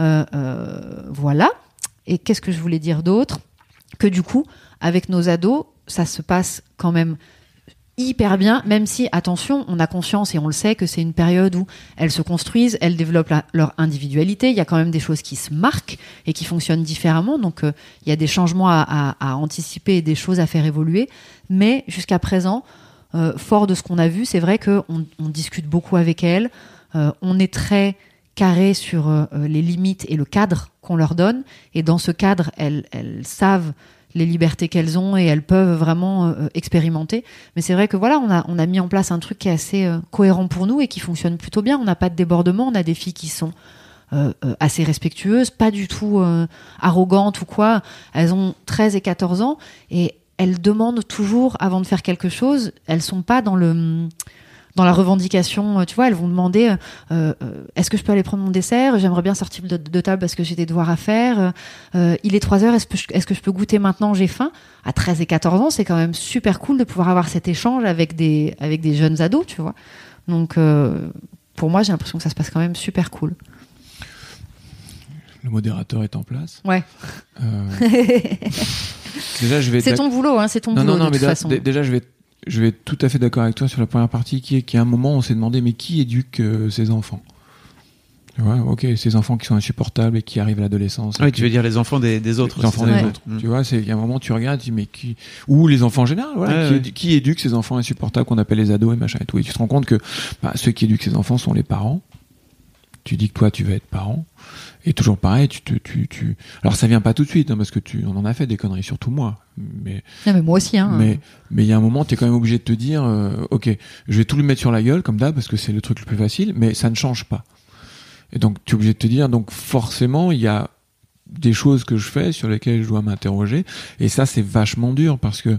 Voilà. Et qu'est-ce que je voulais dire d'autre ? Que du coup, avec nos ados, ça se passe quand même hyper bien, même si, attention, on a conscience et on le sait que c'est une période où elles se construisent, elles développent leur individualité, il y a quand même des choses qui se marquent et qui fonctionnent différemment, donc il y a des changements à anticiper et des choses à faire évoluer, mais jusqu'à présent, fort de ce qu'on a vu, c'est vrai qu'on discute beaucoup avec elles, on est très carré sur les limites et le cadre qu'on leur donne, et dans ce cadre, elles savent les libertés qu'elles ont et elles peuvent vraiment expérimenter. Mais c'est vrai que voilà, on a mis en place un truc qui est assez cohérent pour nous et qui fonctionne plutôt bien. On n'a pas de débordement, on a des filles qui sont assez respectueuses, pas du tout arrogantes ou quoi. Elles ont 13 et 14 ans et elles demandent toujours, avant de faire quelque chose, elles sont pas dans dans la revendication, tu vois, elles vont demander est-ce que je peux aller prendre mon dessert ? J'aimerais bien sortir de table parce que j'ai des devoirs à faire. Il est 3h, est-ce que je peux goûter maintenant ? J'ai faim. À 13 et 14 ans, c'est quand même super cool de pouvoir avoir cet échange avec des jeunes ados, tu vois. Donc, pour moi, j'ai l'impression que ça se passe quand même super cool. Le modérateur est en place. Ouais. Déjà, c'est ton boulot, hein, c'est ton boulot. Non, de toute façon. Déjà, je vais être tout à fait d'accord avec toi sur la première partie, qui est qu'à un moment, on s'est demandé, mais qui éduque ces enfants ? Tu vois, ok, ces enfants qui sont insupportables et qui arrivent à l'adolescence. Oui, tu veux dire les enfants des autres. Les enfants des autres. Tu vois, il y a un moment, tu regardes, tu dis, mais qui, ou les enfants en général, voilà, qui éduquent ces enfants insupportables qu'on appelle les ados et machin et tout. Et tu te rends compte que ceux qui éduquent ces enfants sont les parents. Tu dis que toi, tu veux être parent. Et toujours pareil, alors ça vient pas tout de suite, hein, parce que on en a fait des conneries, surtout moi. Mais moi aussi, hein. Mais il y a un moment, t'es quand même obligé de te dire, ok, je vais tout lui mettre sur la gueule, comme d'hab, parce que c'est le truc le plus facile, mais ça ne change pas. Et donc, tu es obligé de te dire, donc forcément, il y a des choses que je fais sur lesquelles je dois m'interroger. Et ça, c'est vachement dur, parce que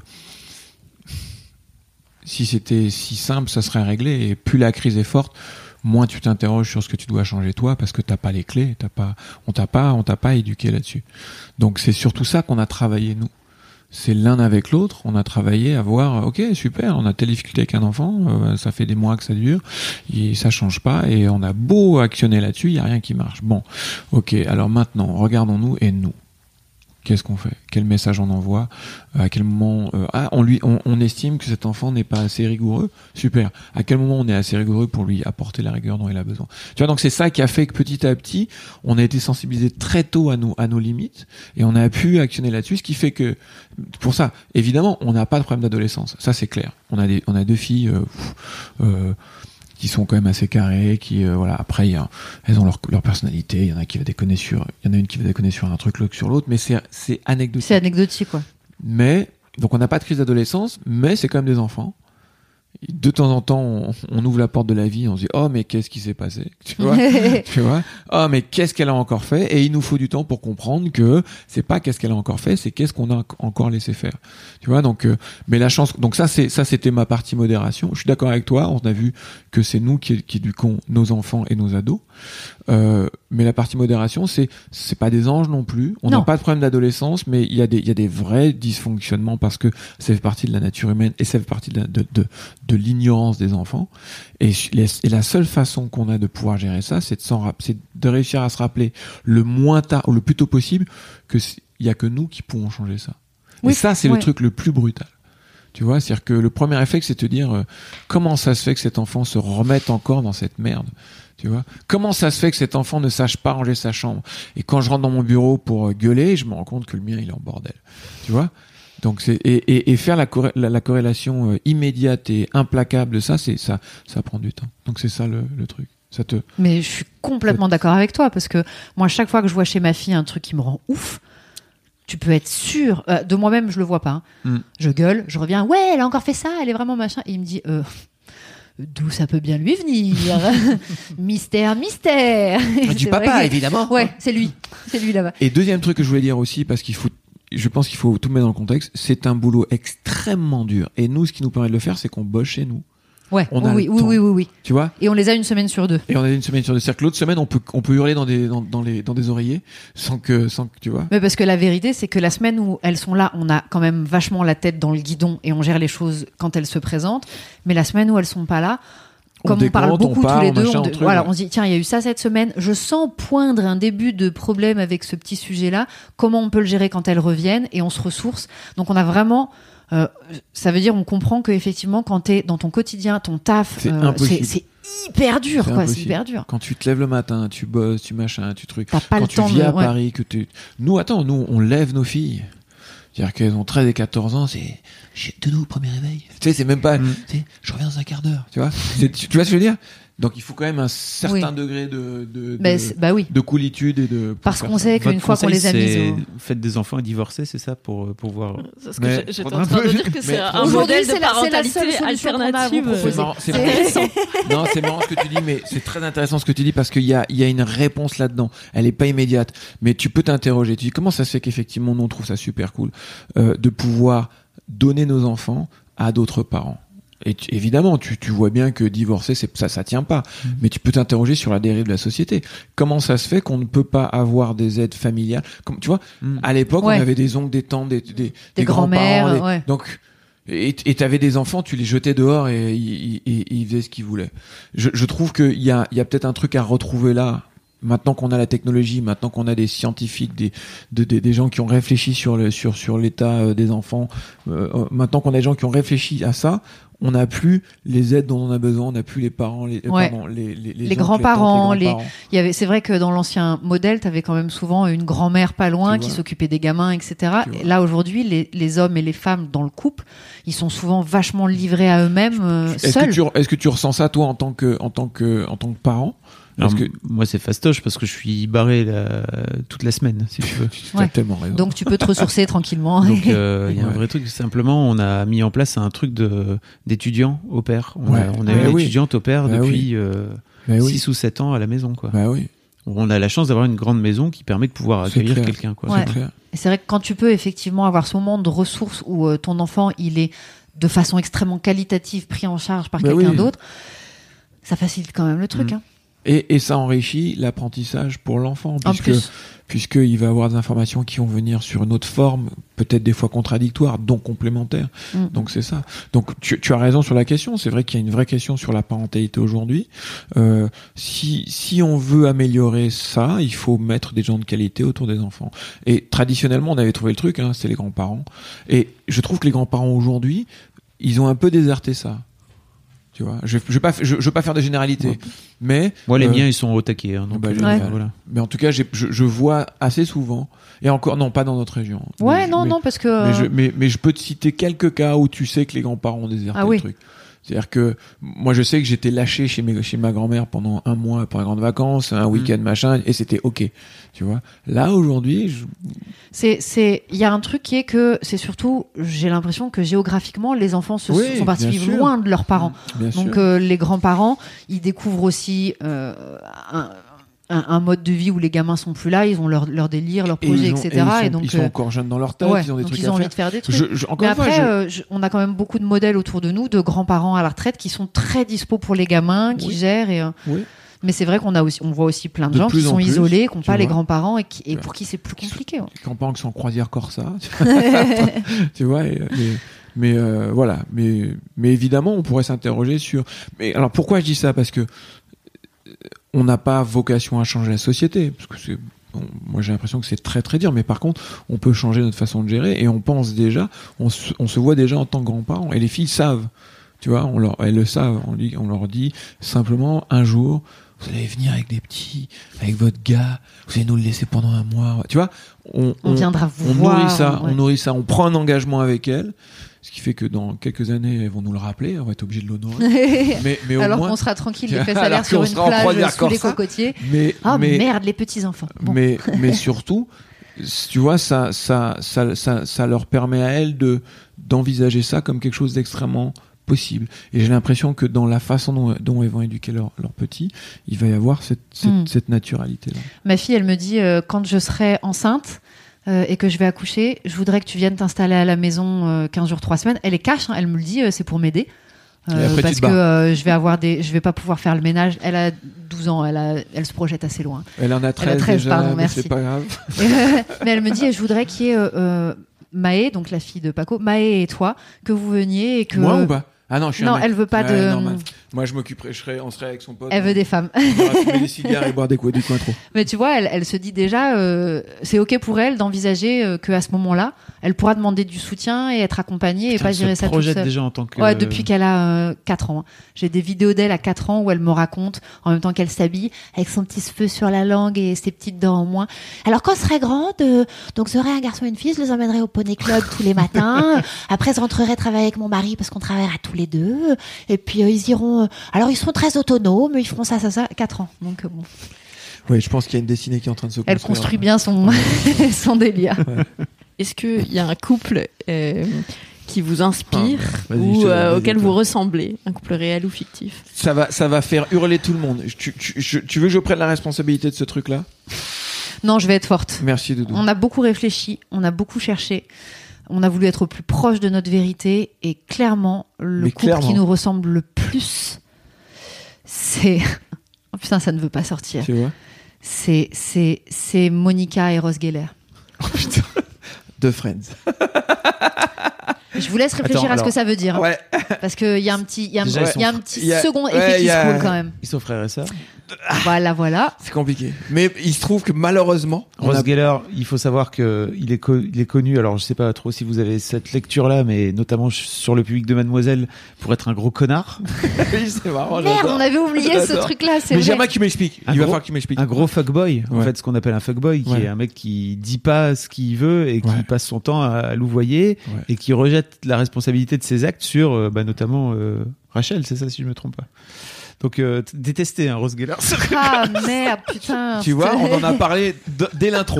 si c'était si simple, ça serait réglé. Et plus la crise est forte, moins tu t'interroges sur ce que tu dois changer toi, parce que t'as pas les clés, on t'a pas éduqué là-dessus. Donc c'est surtout ça qu'on a travaillé, nous. C'est l'un avec l'autre, on a travaillé à voir, ok, super, on a telle difficulté avec un enfant, ça fait des mois que ça dure, et ça change pas, et on a beau actionner là-dessus, il y a rien qui marche. Bon, ok, alors maintenant, regardons-nous et nous. Qu'est-ce qu'on fait ? Quel message on envoie ? À quel moment on estime que cet enfant n'est pas assez rigoureux ? Super. À quel moment on est assez rigoureux pour lui apporter la rigueur dont il a besoin ? Tu vois, donc c'est ça qui a fait que petit à petit, on a été sensibilisé très tôt à nos limites et on a pu actionner là-dessus, ce qui fait que pour ça, évidemment, on n'a pas de problème d'adolescence. Ça c'est clair. On a deux filles qui sont quand même assez carrées, qui voilà, après elles ont leur personnalité, il y en a une qui va déconner sur un truc, l'autre sur l'autre, mais c'est anecdotique. C'est anecdotique, quoi. Mais donc on n'a pas de crise d'adolescence, mais c'est quand même des enfants. De temps en temps, on ouvre la porte de la vie, on se dit oh mais qu'est-ce qui s'est passé, tu vois oh mais qu'est-ce qu'elle a encore fait, et il nous faut du temps pour comprendre que c'est pas qu'est-ce qu'elle a encore fait, c'est qu'est-ce qu'on a encore laissé faire, tu vois. Donc mais la chance, donc ça c'était ma partie modération. Je suis d'accord avec toi, on a vu que c'est nous qui éduquons nos enfants et nos ados, mais la partie modération, c'est pas des anges non plus, on n'a pas de problème d'adolescence, mais il y a des vrais dysfonctionnements, parce que ça fait partie de la nature humaine et ça fait partie de l'ignorance des enfants, et la seule façon qu'on a de pouvoir gérer ça, c'est de réussir à se rappeler le moins tard ou le plus tôt possible que il y a que nous qui pouvons changer ça. Oui, et ça c'est le truc le plus brutal. Tu vois, c'est-à-dire que le premier réflexe, c'est de te dire comment ça se fait que cet enfant se remette encore dans cette merde. Tu vois, comment ça se fait que cet enfant ne sache pas ranger sa chambre, et quand je rentre dans mon bureau pour gueuler, je me rends compte que le mien il est en bordel. Tu vois. Donc et faire la corrélation immédiate et implacable de ça, ça prend du temps. Donc c'est ça le truc. Mais je suis complètement d'accord avec toi, parce que moi, chaque fois que je vois chez ma fille un truc qui me rend ouf, tu peux être sûr de moi-même, je le vois pas. Hein. Je gueule, je reviens, ouais, elle a encore fait ça, elle est vraiment machin, et il me dit d'où ça peut bien lui venir. Mystère. Du papa, vrai, évidemment. Ouais, c'est lui là-bas. Et deuxième truc que je voulais dire aussi, parce je pense qu'il faut tout mettre dans le contexte, c'est un boulot extrêmement dur. Et nous, ce qui nous permet de le faire, c'est qu'on bosse chez nous. Ouais, oui. Tu vois ? Et on les a une semaine sur deux. C'est-à-dire que l'autre semaine, on peut hurler dans des oreillers sans que tu vois. Mais parce que la vérité, c'est que la semaine où elles sont là, on a quand même vachement la tête dans le guidon et on gère les choses quand elles se présentent. Mais la semaine où elles sont pas là, comme on parle beaucoup tous les deux, on se dit tiens, il y a eu ça cette semaine, je sens poindre un début de problème avec ce petit sujet-là, comment on peut le gérer quand elles reviennent, et on se ressource. Donc on a vraiment ça veut dire, on comprend que effectivement, quand t'es dans ton quotidien, ton taf, c'est hyper dur, quoi. C'est hyper dur. Quand tu te lèves le matin, tu bosses, tu machin, tu trucs. T'as pas quand le temps tu vis à Paris, nous, on lève nos filles. C'est-à-dire qu'elles ont 13 et 14 ans, c'est de nous au premier réveil. Tu sais, c'est même pas, je reviens dans un quart d'heure, tu vois. Tu vois ce que je veux dire? Donc il faut quand même un certain degré de coolitude et de. Parce qu'on sait qu'une fois qu'on les a mises faites des enfants et divorcés, c'est ça pour pouvoir. C'est ce que j'étais en train de dire, que c'est un modèle de parentalité alternative. C'est intéressant. Non, c'est marrant ce que tu dis, mais c'est très intéressant ce que tu dis, parce qu'il y a une réponse là-dedans. Elle est pas immédiate, mais tu peux t'interroger. Tu dis comment ça se fait qu'effectivement nous on trouve ça super cool de pouvoir donner nos enfants à d'autres parents. Et évidemment, tu vois bien que divorcer, ça tient pas. Mais tu peux t'interroger sur la dérive de la société. Comment ça se fait qu'on ne peut pas avoir des aides familiales? Comme, tu vois, à l'époque, on avait des oncles, des tantes, des grands-mères. Ouais. Donc, et t'avais des enfants, tu les jetais dehors et ils faisaient ce qu'ils voulaient. Je trouve qu'il y a peut-être un truc à retrouver là. Maintenant qu'on a la technologie, maintenant qu'on a des scientifiques, des gens qui ont réfléchi sur l'état des enfants, maintenant qu'on a des gens qui ont réfléchi à ça, on n'a plus les aides dont on a besoin, on n'a plus les parents, les grands-parents. C'est vrai que dans l'ancien modèle, tu avais quand même souvent une grand-mère pas loin qui s'occupait des gamins, etc. Et là, aujourd'hui, les hommes et les femmes dans le couple, ils sont souvent vachement livrés à eux-mêmes seuls. Est-ce que tu ressens ça, toi, en tant que parent? Alors, moi, c'est fastoche parce que je suis barré toute la semaine, si tu veux. Tu as tellement raison. Donc, tu peux te ressourcer tranquillement. Donc, il y a un vrai truc. Simplement, on a mis en place un truc d'étudiants au pair. On a une étudiante au pair depuis 6 ou 7 ans à la maison, quoi. On a la chance d'avoir une grande maison qui permet de pouvoir accueillir quelqu'un, quoi. Ouais. Et c'est vrai que quand tu peux effectivement avoir ce moment de ressources où ton enfant, il est de façon extrêmement qualitative pris en charge par quelqu'un d'autre, ça facilite quand même le truc, hein. Et ça enrichit l'apprentissage pour l'enfant, puisqu'il va avoir des informations qui vont venir sur une autre forme, peut-être des fois contradictoires, donc complémentaires. Donc c'est ça. Donc tu as raison sur la question. C'est vrai qu'il y a une vraie question sur la parentalité aujourd'hui. Si on veut améliorer ça, il faut mettre des gens de qualité autour des enfants. Et traditionnellement, on avait trouvé le truc, c'est les grands-parents. Et je trouve que les grands-parents aujourd'hui, ils ont un peu déserté ça. Tu vois, je veux pas faire de généralité, mais moi les miens ils sont au taquet, donc voilà. Mais en tout cas, je vois assez souvent, et encore non pas dans notre région. Parce que mais je peux te citer quelques cas où tu sais que les grands-parents ont déserté le truc. C'est-à-dire que moi je sais que j'étais lâché chez ma grand-mère pendant un mois pour les grandes vacances, un week-end machin, et c'était ok. Tu vois. Là aujourd'hui, il y a un truc qui est que c'est surtout, j'ai l'impression que géographiquement les enfants sont partis vivre loin de leurs parents. Donc les grands-parents, ils découvrent aussi un mode de vie où les gamins sont plus là, ils ont leur délire, leur projet, etc. Ils sont encore jeunes dans leur tête, ils ont des trucs à faire. Ils ont envie de faire des trucs. Mais après, on a quand même beaucoup de modèles autour de nous, de grands-parents à la retraite qui sont très dispo pour les gamins, qui gèrent. Mais c'est vrai on voit aussi plein de gens qui sont isolés, qui n'ont pas les grands-parents et pour qui c'est plus compliqué. Les grands-parents qui sont en croisière Corsa, tu vois. Mais voilà. Mais évidemment, on pourrait s'interroger sur. Mais alors pourquoi je dis ça? Parce que on n'a pas vocation à changer la société, parce que moi j'ai l'impression que c'est très très dur, mais par contre on peut changer notre façon de gérer et on pense déjà, on se voit déjà en tant que grands-parents, et les filles savent, tu vois, elles le savent, on leur dit simplement un jour vous allez venir avec des petits, avec votre gars, vous allez nous le laisser pendant un mois, tu vois, on viendra vous voir, on nourrit ça, on prend un engagement avec elles. Ce qui fait que dans quelques années, elles vont nous le rappeler, on va être obligé de l'honorer. mais alors qu'on sera tranquille, les fesses à l'air sur une plage sous les cocotiers. Merde, les petits-enfants. Bon. Mais surtout, tu vois, ça leur permet à elles d'envisager ça comme quelque chose d'extrêmement possible. Et j'ai l'impression que dans la façon dont elles vont éduquer leurs petits, il va y avoir cette naturalité-là. Ma fille, elle me dit, quand je serai enceinte, et que je vais accoucher, je voudrais que tu viennes t'installer à la maison 15 jours, 3 semaines. Elle est cash, elle me le dit, c'est pour m'aider. Parce que je vais pas pouvoir faire le ménage. Elle a 12 ans, elle se projette assez loin. Elle en a 13 déjà, pardon, mais merci. C'est pas grave. Mais elle me dit, je voudrais qu'il y ait Maë, donc la fille de Paco, Maë et toi, que vous veniez et que... Moi ou pas? Ah non, je suis un mec. Elle veut pas de... Non, moi, je m'occuperai, on serait avec son pote. Elle veut des femmes. On va fumer des cigares et boire du cointreau. Mais tu vois, elle se dit déjà, c'est ok pour elle d'envisager qu'à ce moment-là, elle pourra demander du soutien et être accompagnée et pas gérer ça toute seule. Déjà en tant que... Ouais, depuis qu'elle a 4 ans. J'ai des vidéos d'elle à 4 ans où elle me raconte, en même temps qu'elle s'habille, avec son petit cheveu sur la langue et ses petites dents en moins. Alors quand je serai grande, donc j'aurai un garçon et une fille, je les emmènerai au poney club tous les matins. Après, je rentrerai travailler avec mon mari parce qu'on travaillera tous les deux. Et puis ils iront... alors ils sont très autonomes, ils feront ça, 4 ans. Donc bon... Oui, je pense qu'il y a une destinée qui est en train de se construire. Elle construit bien son délire. Ouais. Est-ce qu'il y a un couple qui vous inspire ou auquel vous ressemblez, un couple réel ou fictif? Ça va faire hurler tout le monde. Tu veux que je prenne la responsabilité de ce truc-là? Non, je vais être forte. Merci Doudou. On a beaucoup réfléchi, on a beaucoup cherché. On a voulu être au plus proche de notre vérité et clairement, le couple qui nous ressemble le plus, c'est... Oh putain, ça ne veut pas sortir. Tu vois ? C'est Monica et Ross Geller. Oh putain, de Friends. Je vous laisse réfléchir à ce que ça veut dire. Ouais. Parce qu'il y a un petit second effet qui se coule quand même. Ils sont frères et sœurs. Voilà. C'est compliqué. Mais il se trouve que malheureusement, Ross Geller, il faut savoir que il est connu. Alors je sais pas trop si vous avez cette lecture-là, mais notamment sur le public de Mademoiselle pour être un gros connard. Oui, c'est marrant. Merde, on avait oublié ce truc-là. C'est mais vrai. jamais qui m'explique. Il va falloir qu'il m'explique. Un gros fuckboy. En fait, ce qu'on appelle un fuckboy, qui est un mec qui dit pas ce qu'il veut et qui passe son temps à louvoyer et qui rejette la responsabilité de ses actes sur, notamment Rachel. C'est ça, si je me trompe pas. Donc détesté, Ross Geller. Ah merde, putain. Tu vois, on en a parlé dès l'intro.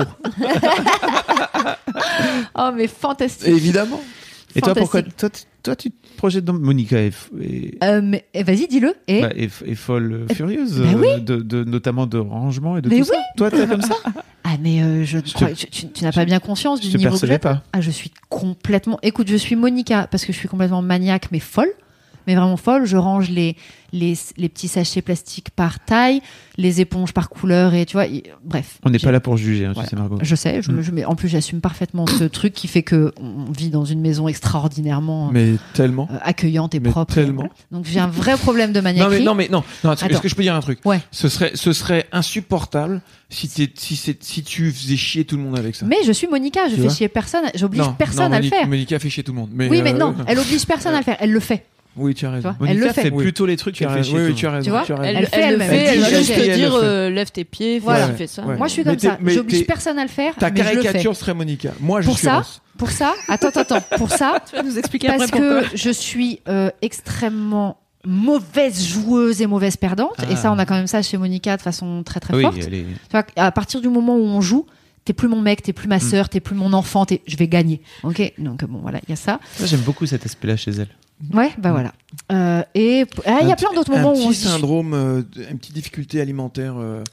Oh mais fantastique. Évidemment. Et toi, pourquoi toi tu te projettes dans Monica mais vas-y, dis-le. est folle furieuse, oui. notamment de rangement et de tout ça. Toi, t'es comme ça. Ah mais tu n'as pas bien conscience du niveau que j'ai. Ah, je suis complètement. Écoute, je suis Monica parce que je suis complètement maniaque, mais folle. Mais vraiment folle, je range les petits sachets plastiques par taille, les éponges par couleur et tu vois, bref. On n'est pas là pour juger, tu sais, Margot. Je sais, mais en plus j'assume parfaitement ce truc qui fait que on vit dans une maison extraordinairement accueillante et propre. Tellement. Donc j'ai un vrai problème de maniaquerie. Non, est-ce que je peux dire un truc ? Ouais. Ce serait insupportable si tu faisais chier tout le monde avec ça. Mais je suis Monica, je fais chier personne, j'oblige personne à le faire. Monica fait chier tout le monde. Oui, mais non, elle oblige personne à le faire, elle le fait. Oui, tu as raison. Elle le fait plutôt les trucs qu'elle fait chier. Oui, tu as raison. Tu vois, elle fait elle-même. Elle va juste te dire lève tes pieds, voilà. fais ça. Ouais. Moi, je suis comme ça. J'oblige personne à le faire. Ta caricature serait Monica. Moi, je suis Ross. Pour ça, attends. Pour ça, tu vas nous expliquer parce après pourquoi. que je suis extrêmement mauvaise joueuse et mauvaise perdante. Et ça, on a quand même ça chez Monica de façon très très forte. Tu vois, à partir du moment où on joue, t'es plus mon mec, t'es plus ma sœur, t'es plus mon enfant, je vais gagner. Ok, donc bon, voilà, il y a ça. Moi, j'aime beaucoup cet aspect-là chez elle. Ouais, voilà. Et il y a plein d'autres moments où on se dit syndrome, une petite difficulté alimentaire.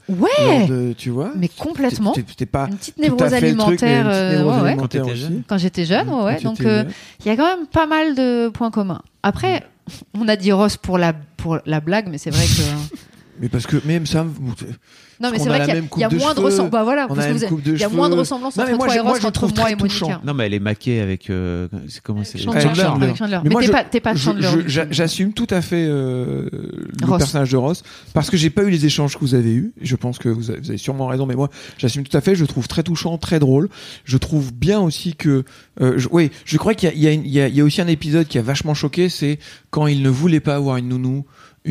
Tu vois. Mais complètement. T'es pas une petite névrose alimentaire. Quand j'étais jeune, Donc il y a quand même pas mal de points communs. Après, on a dit Ross pour la blague, mais c'est vrai que. Mais parce que même ça. Non, mais c'est vrai qu'il y a moins de ressemblance. Bah voilà, il y a moins de ressemblance entre toi et Ross qu'entre moi et Monica. Non, mais elle est maquée avec. Comment c'est Chandler. Mais t'es pas Chandler. J'assume tout à fait le personnage de Ross parce que j'ai pas eu les échanges que vous avez eus. Je pense que vous avez sûrement raison, mais moi, j'assume tout à fait. Je le trouve très touchant, très drôle. Je trouve bien aussi que. Je crois qu'il y a aussi un épisode qui a vachement choqué, c'est quand il ne voulait pas avoir une nounou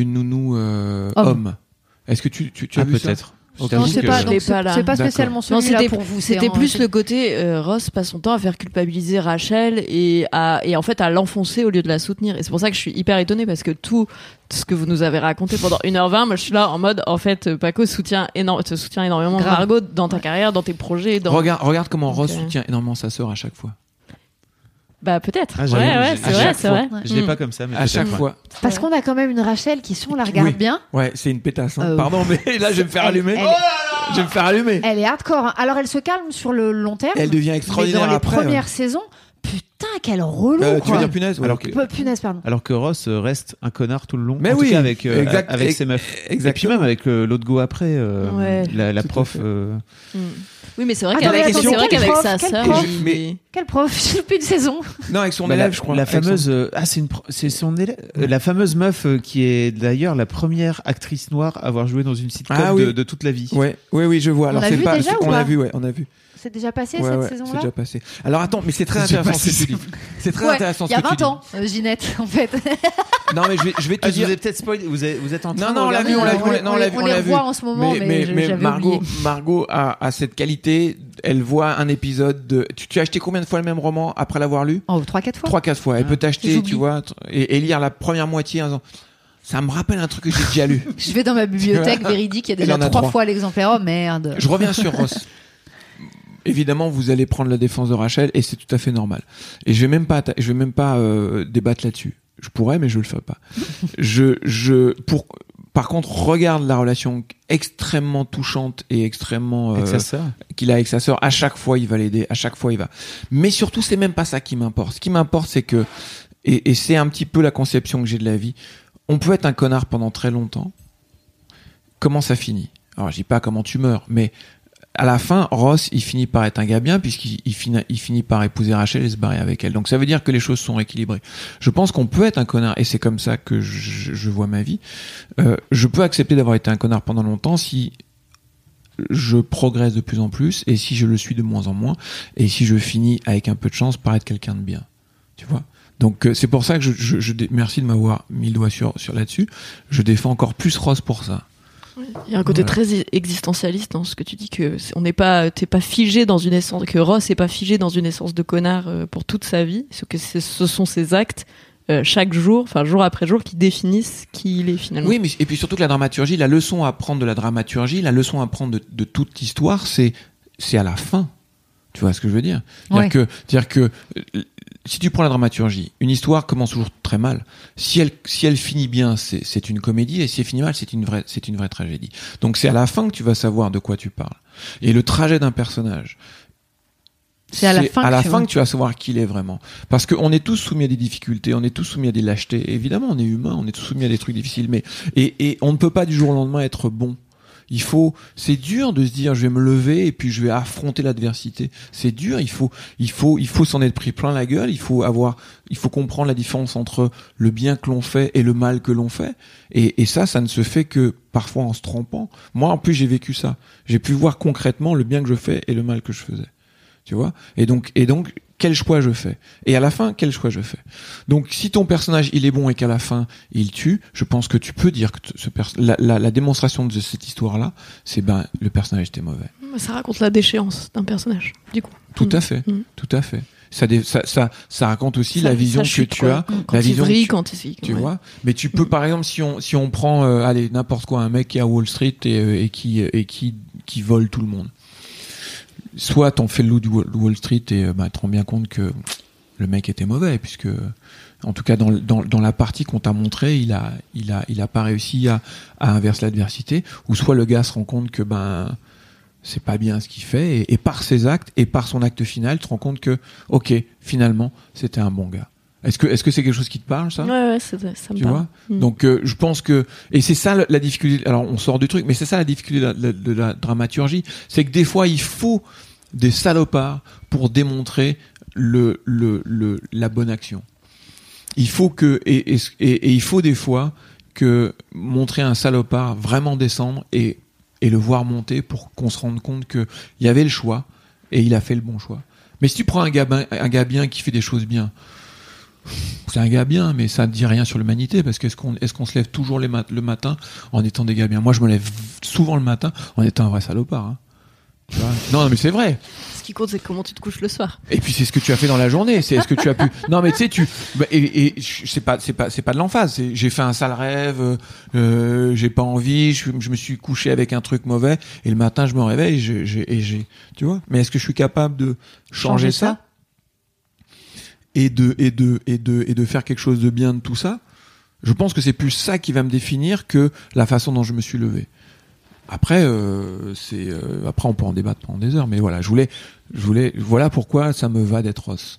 homme. Est-ce que tu as vu ça ? Peut-être. Non, c'est pas spécialement celui-là pour vous. C'était plus le côté Ross passe son temps à faire culpabiliser Rachel et en fait à l'enfoncer au lieu de la soutenir. Et c'est pour ça que je suis hyper étonnée parce que tout ce que vous nous avez raconté pendant 1h20, moi je suis là en mode en fait Paco te soutient énormément Margot dans ta carrière, dans tes projets. Regarde comment Ross soutient énormément sa sœur à chaque fois. Bah peut-être. C'est vrai. Je l'ai pas comme ça, mais à chaque fois. Parce qu'on a quand même une Rachel qui, si on la regarde bien. Ouais, c'est une pétasse. Pardon, mais là je vais me faire allumer. Je vais me faire allumer. Elle est hardcore. Alors elle se calme sur le long terme. Elle devient extraordinaire mais dans après. Les premières saisons. Putain, quelle relou. Tu veux dire punaise? Punaise, pardon. Alors que Ross reste un connard tout le long. Mais en tout cas avec ses meufs. Exactement. Et puis même avec l'autre go après, la prof. Oui, mais c'est vrai qu'avec sa sœur. Quel prof? J'ai plus de saison. Non, avec son élève, je crois. La fameuse. C'est son élève. La fameuse meuf qui est d'ailleurs la première actrice noire à avoir joué dans une sitcom de toute la vie. Oui, je vois. Alors c'est pas. On l'a vu, on a vu. C'est déjà passé cette saison-là. C'est déjà passé. Alors attends, mais c'est très intéressant ce que tu dis. C'est très intéressant ce que tu dis. Il y a 20 ans, Ginette, en fait. Non, mais je vais te dire. Vous avez peut-être spoilé. Vous êtes en train de. Non, on l'a vu. On les revoit en ce moment, mais Margot a cette qualité. Elle voit un épisode de. Tu as acheté combien de fois le même roman après l'avoir lu? 3-4 fois. 3-4 fois. Elle peut t'acheter, tu vois, et lire la première moitié en disant. Ça me rappelle un truc que j'ai déjà lu. Je vais dans ma bibliothèque véridique, il y a déjà 3 fois l'exemplaire. Oh merde. Je reviens sur Ross. Évidemment, vous allez prendre la défense de Rachel et c'est tout à fait normal. Et je vais même pas débattre là-dessus. Je pourrais, mais je le fais pas. Par contre, regarde la relation extrêmement touchante et extrêmement qu'il a avec sa sœur. À chaque fois, il va l'aider. À chaque fois, il va. Mais surtout, c'est même pas ça qui m'importe. Ce qui m'importe, c'est que et c'est un petit peu la conception que j'ai de la vie. On peut être un connard pendant très longtemps. Comment ça finit ? Alors, je dis pas comment tu meurs, mais à la fin, Ross, il finit par être un gars bien puisqu'il finit par épouser Rachel et se barrer avec elle. Donc ça veut dire que les choses sont équilibrées. Je pense qu'on peut être un connard, et c'est comme ça que je vois ma vie. Je peux accepter d'avoir été un connard pendant longtemps si je progresse de plus en plus, et si je le suis de moins en moins, et si je finis avec un peu de chance par être quelqu'un de bien. Tu vois ? Donc c'est pour ça que merci de m'avoir mis le doigt sur là-dessus. Je défends encore plus Ross pour ça. Il y a un côté très existentialiste dans ce que tu dis, que t'es pas figé dans une essence, que Ross est pas figé dans une essence de connard pour toute sa vie, que ce sont ses actes chaque jour, enfin jour après jour, qui définissent qui il est finalement. Oui, mais et puis surtout que la dramaturgie, la leçon à prendre de la dramaturgie, la leçon à prendre de toute l'histoire, c'est à la fin. Tu vois ce que je veux dire ? C'est-à-dire que si tu prends la dramaturgie, une histoire commence toujours très mal. Si elle finit bien, c'est une comédie, et si elle finit mal, c'est une vraie tragédie. Donc c'est à la fin que tu vas savoir de quoi tu parles. Et le trajet d'un personnage, c'est à la fin que tu vas savoir qui il est vraiment. Parce qu'on est tous soumis à des difficultés, on est tous soumis à des lâchetés. Et évidemment, on est humain, on est tous soumis à des trucs difficiles, mais et on ne peut pas du jour au lendemain être bon. C'est dur de se dire je vais me lever et puis je vais affronter l'adversité. C'est dur, il faut s'en être pris plein la gueule, il faut comprendre la différence entre le bien que l'on fait et le mal que l'on fait. Et ça ne se fait que parfois en se trompant. Moi, en plus, j'ai vécu ça. J'ai pu voir concrètement le bien que je fais et le mal que je faisais. Tu vois? Et donc, quel choix je fais? Et à la fin, quel choix je fais? Donc, si ton personnage, il est bon et qu'à la fin, il tue, je pense que tu peux dire que la démonstration de cette histoire-là, c'est le personnage était mauvais. Ça raconte la déchéance d'un personnage, du coup. Tout à fait. Tout à fait. Ça raconte aussi la vision que tu as. Quand il vrille, quand il... Tu vois? Mais tu peux, par exemple, si on prend, n'importe quoi, un mec qui est à Wall Street et qui vole tout le monde. Soit t'en fais le loup du Wall Street et te rends bien compte que le mec était mauvais, puisque en tout cas dans la partie qu'on t'a montré, il a pas réussi à inverser l'adversité, ou soit le gars se rend compte que c'est pas bien ce qu'il fait, et par ses actes et par son acte final, tu te rends compte que finalement c'était un bon gars. Est-ce que c'est quelque chose qui te parle, ça? Ouais, ça me parle. Tu vois? Donc, je pense que, et c'est ça la difficulté, alors on sort du truc, mais c'est ça la difficulté de la dramaturgie, c'est que des fois, il faut des salopards pour démontrer la bonne action. Il faut que, et il faut des fois que montrer un salopard vraiment descendre et le voir monter pour qu'on se rende compte que il y avait le choix et il a fait le bon choix. Mais si tu prends un gars bien qui fait des choses bien, c'est un gars bien, mais ça ne dit rien sur l'humanité, parce qu'est-ce qu'on se lève toujours le matin en étant des gars bien? Moi, je me lève souvent le matin en étant un vrai salopard. Hein. Tu vois? Non, mais c'est vrai. Ce qui compte, c'est comment tu te couches le soir. Et puis c'est ce que tu as fait dans la journée. C'est ce que tu as pu. Non, mais tu sais, c'est pas de l'emphase. J'ai fait un sale rêve. J'ai pas envie. Je me suis couché avec un truc mauvais. Et le matin, je me réveille. Tu vois. Mais est-ce que je suis capable de changer ça? Et de faire quelque chose de bien de tout ça? Je pense que c'est plus ça qui va me définir que la façon dont je me suis levé. Après, après on peut en débattre pendant des heures, mais voilà, voilà pourquoi ça me va d'être Ross.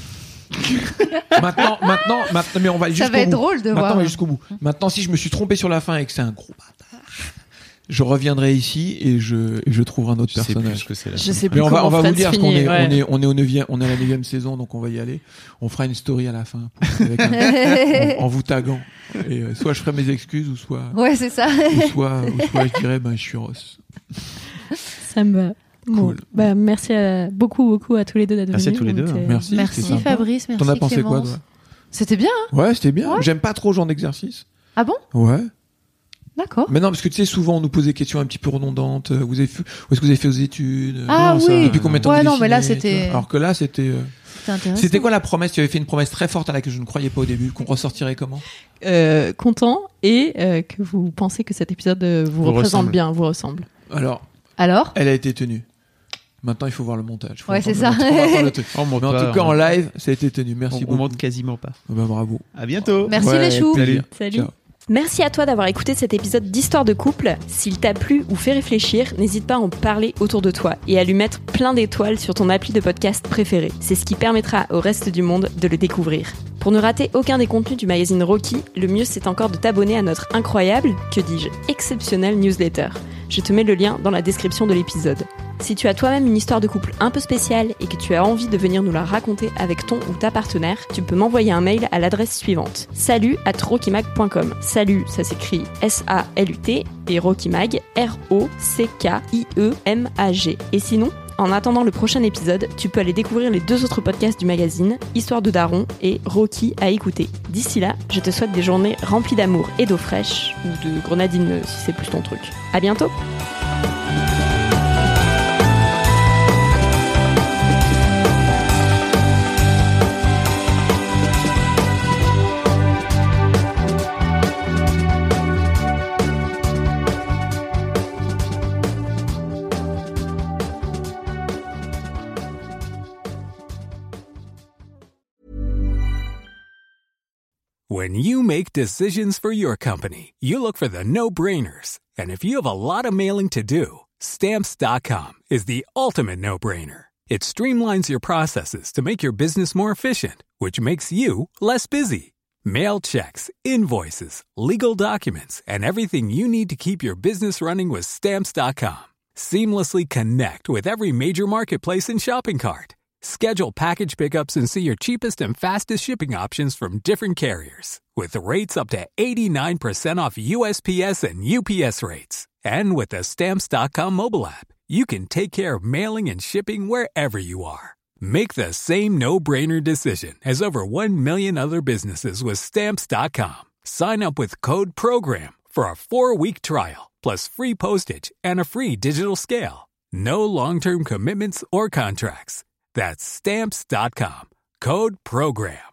maintenant, mais on va jusqu'au bout. Ça va être drôle de voir. Maintenant, on va jusqu'au bout. Maintenant, si je me suis trompé sur la fin et que c'est un gros bâtard, je reviendrai ici et je trouverai un autre personnage. Je sais plus. Mais on va vous dire qu'on est à la 9e saison, donc on va y aller. On fera une story à la fin en vous taguant. Et soit je ferai mes excuses, ou soit. Ouais, c'est ça. ou soit je dirais je suis Ross. Ça me va. Cool. Bon, merci beaucoup à tous les deux d'être venus. Merci à tous les deux. Merci Fabrice, merci. T'en as pensé Clémence. quoi, toi? C'était bien, hein? Ouais, c'était bien. Ouais. J'aime pas trop ce genre d'exercice. Ah bon? Ouais. D'accord. Mais non, parce que tu sais, souvent on nous pose des questions un petit peu redondantes. Où est-ce que vous avez fait vos études? Ah non, oui. Depuis combien de temps Ouais, vous non, mais là dessinez, c'était. Alors que là, c'était. Intéressant. C'était quoi la promesse? Tu avais fait une promesse très forte à laquelle je ne croyais pas au début. Qu'on ressortirait comment? Content et que vous pensez que cet épisode vous représente bien, vous ressemble. Alors? Elle a été tenue. Maintenant, il faut voir le montage. Ouais, c'est ça. Mais en tout cas, en live, ça a été tenu. Merci beaucoup. On monte quasiment pas. Bravo. À bientôt. Merci les choux. Salut. Salut. Ciao. Merci à toi d'avoir écouté cet épisode d'Histoire de couple. S'il t'a plu ou fait réfléchir, n'hésite pas à en parler autour de toi et à lui mettre plein d'étoiles sur ton appli de podcast préféré. C'est ce qui permettra au reste du monde de le découvrir. Pour ne rater aucun des contenus du magazine Rocky, le mieux c'est encore de t'abonner à notre incroyable, que dis-je, exceptionnelle newsletter. Je te mets le lien dans la description de l'épisode. Si tu as toi-même une histoire de couple un peu spéciale et que tu as envie de venir nous la raconter avec ton ou ta partenaire, tu peux m'envoyer un mail à l'adresse suivante: salut@rockymag.com. Salut, ça s'écrit S-A-L-U-T et Rockymag, R-O-C-K-I-E-M-A-G. Et sinon, en attendant le prochain épisode, tu peux aller découvrir les 2 autres podcasts du magazine, Histoire de Daron et Rocky à écouter. D'ici là, je te souhaite des journées remplies d'amour et d'eau fraîche, ou de grenadine si c'est plus ton truc. À bientôt! When you make decisions for your company, you look for the no-brainers. And if you have a lot of mailing to do, Stamps.com is the ultimate no-brainer. It streamlines your processes to make your business more efficient, which makes you less busy. Mail checks, invoices, legal documents, and everything you need to keep your business running with Stamps.com. Seamlessly connect with every major marketplace and shopping cart. Schedule package pickups and see your cheapest and fastest shipping options from different carriers. With rates up to 89% off USPS and UPS rates. And with the Stamps.com mobile app, you can take care of mailing and shipping wherever you are. Make the same no-brainer decision as over 1 million other businesses with Stamps.com. Sign up with code PROGRAM for a 4-week trial, plus free postage and a free digital scale. No long-term commitments or contracts. That's Stamps.com. Code PROGRAM.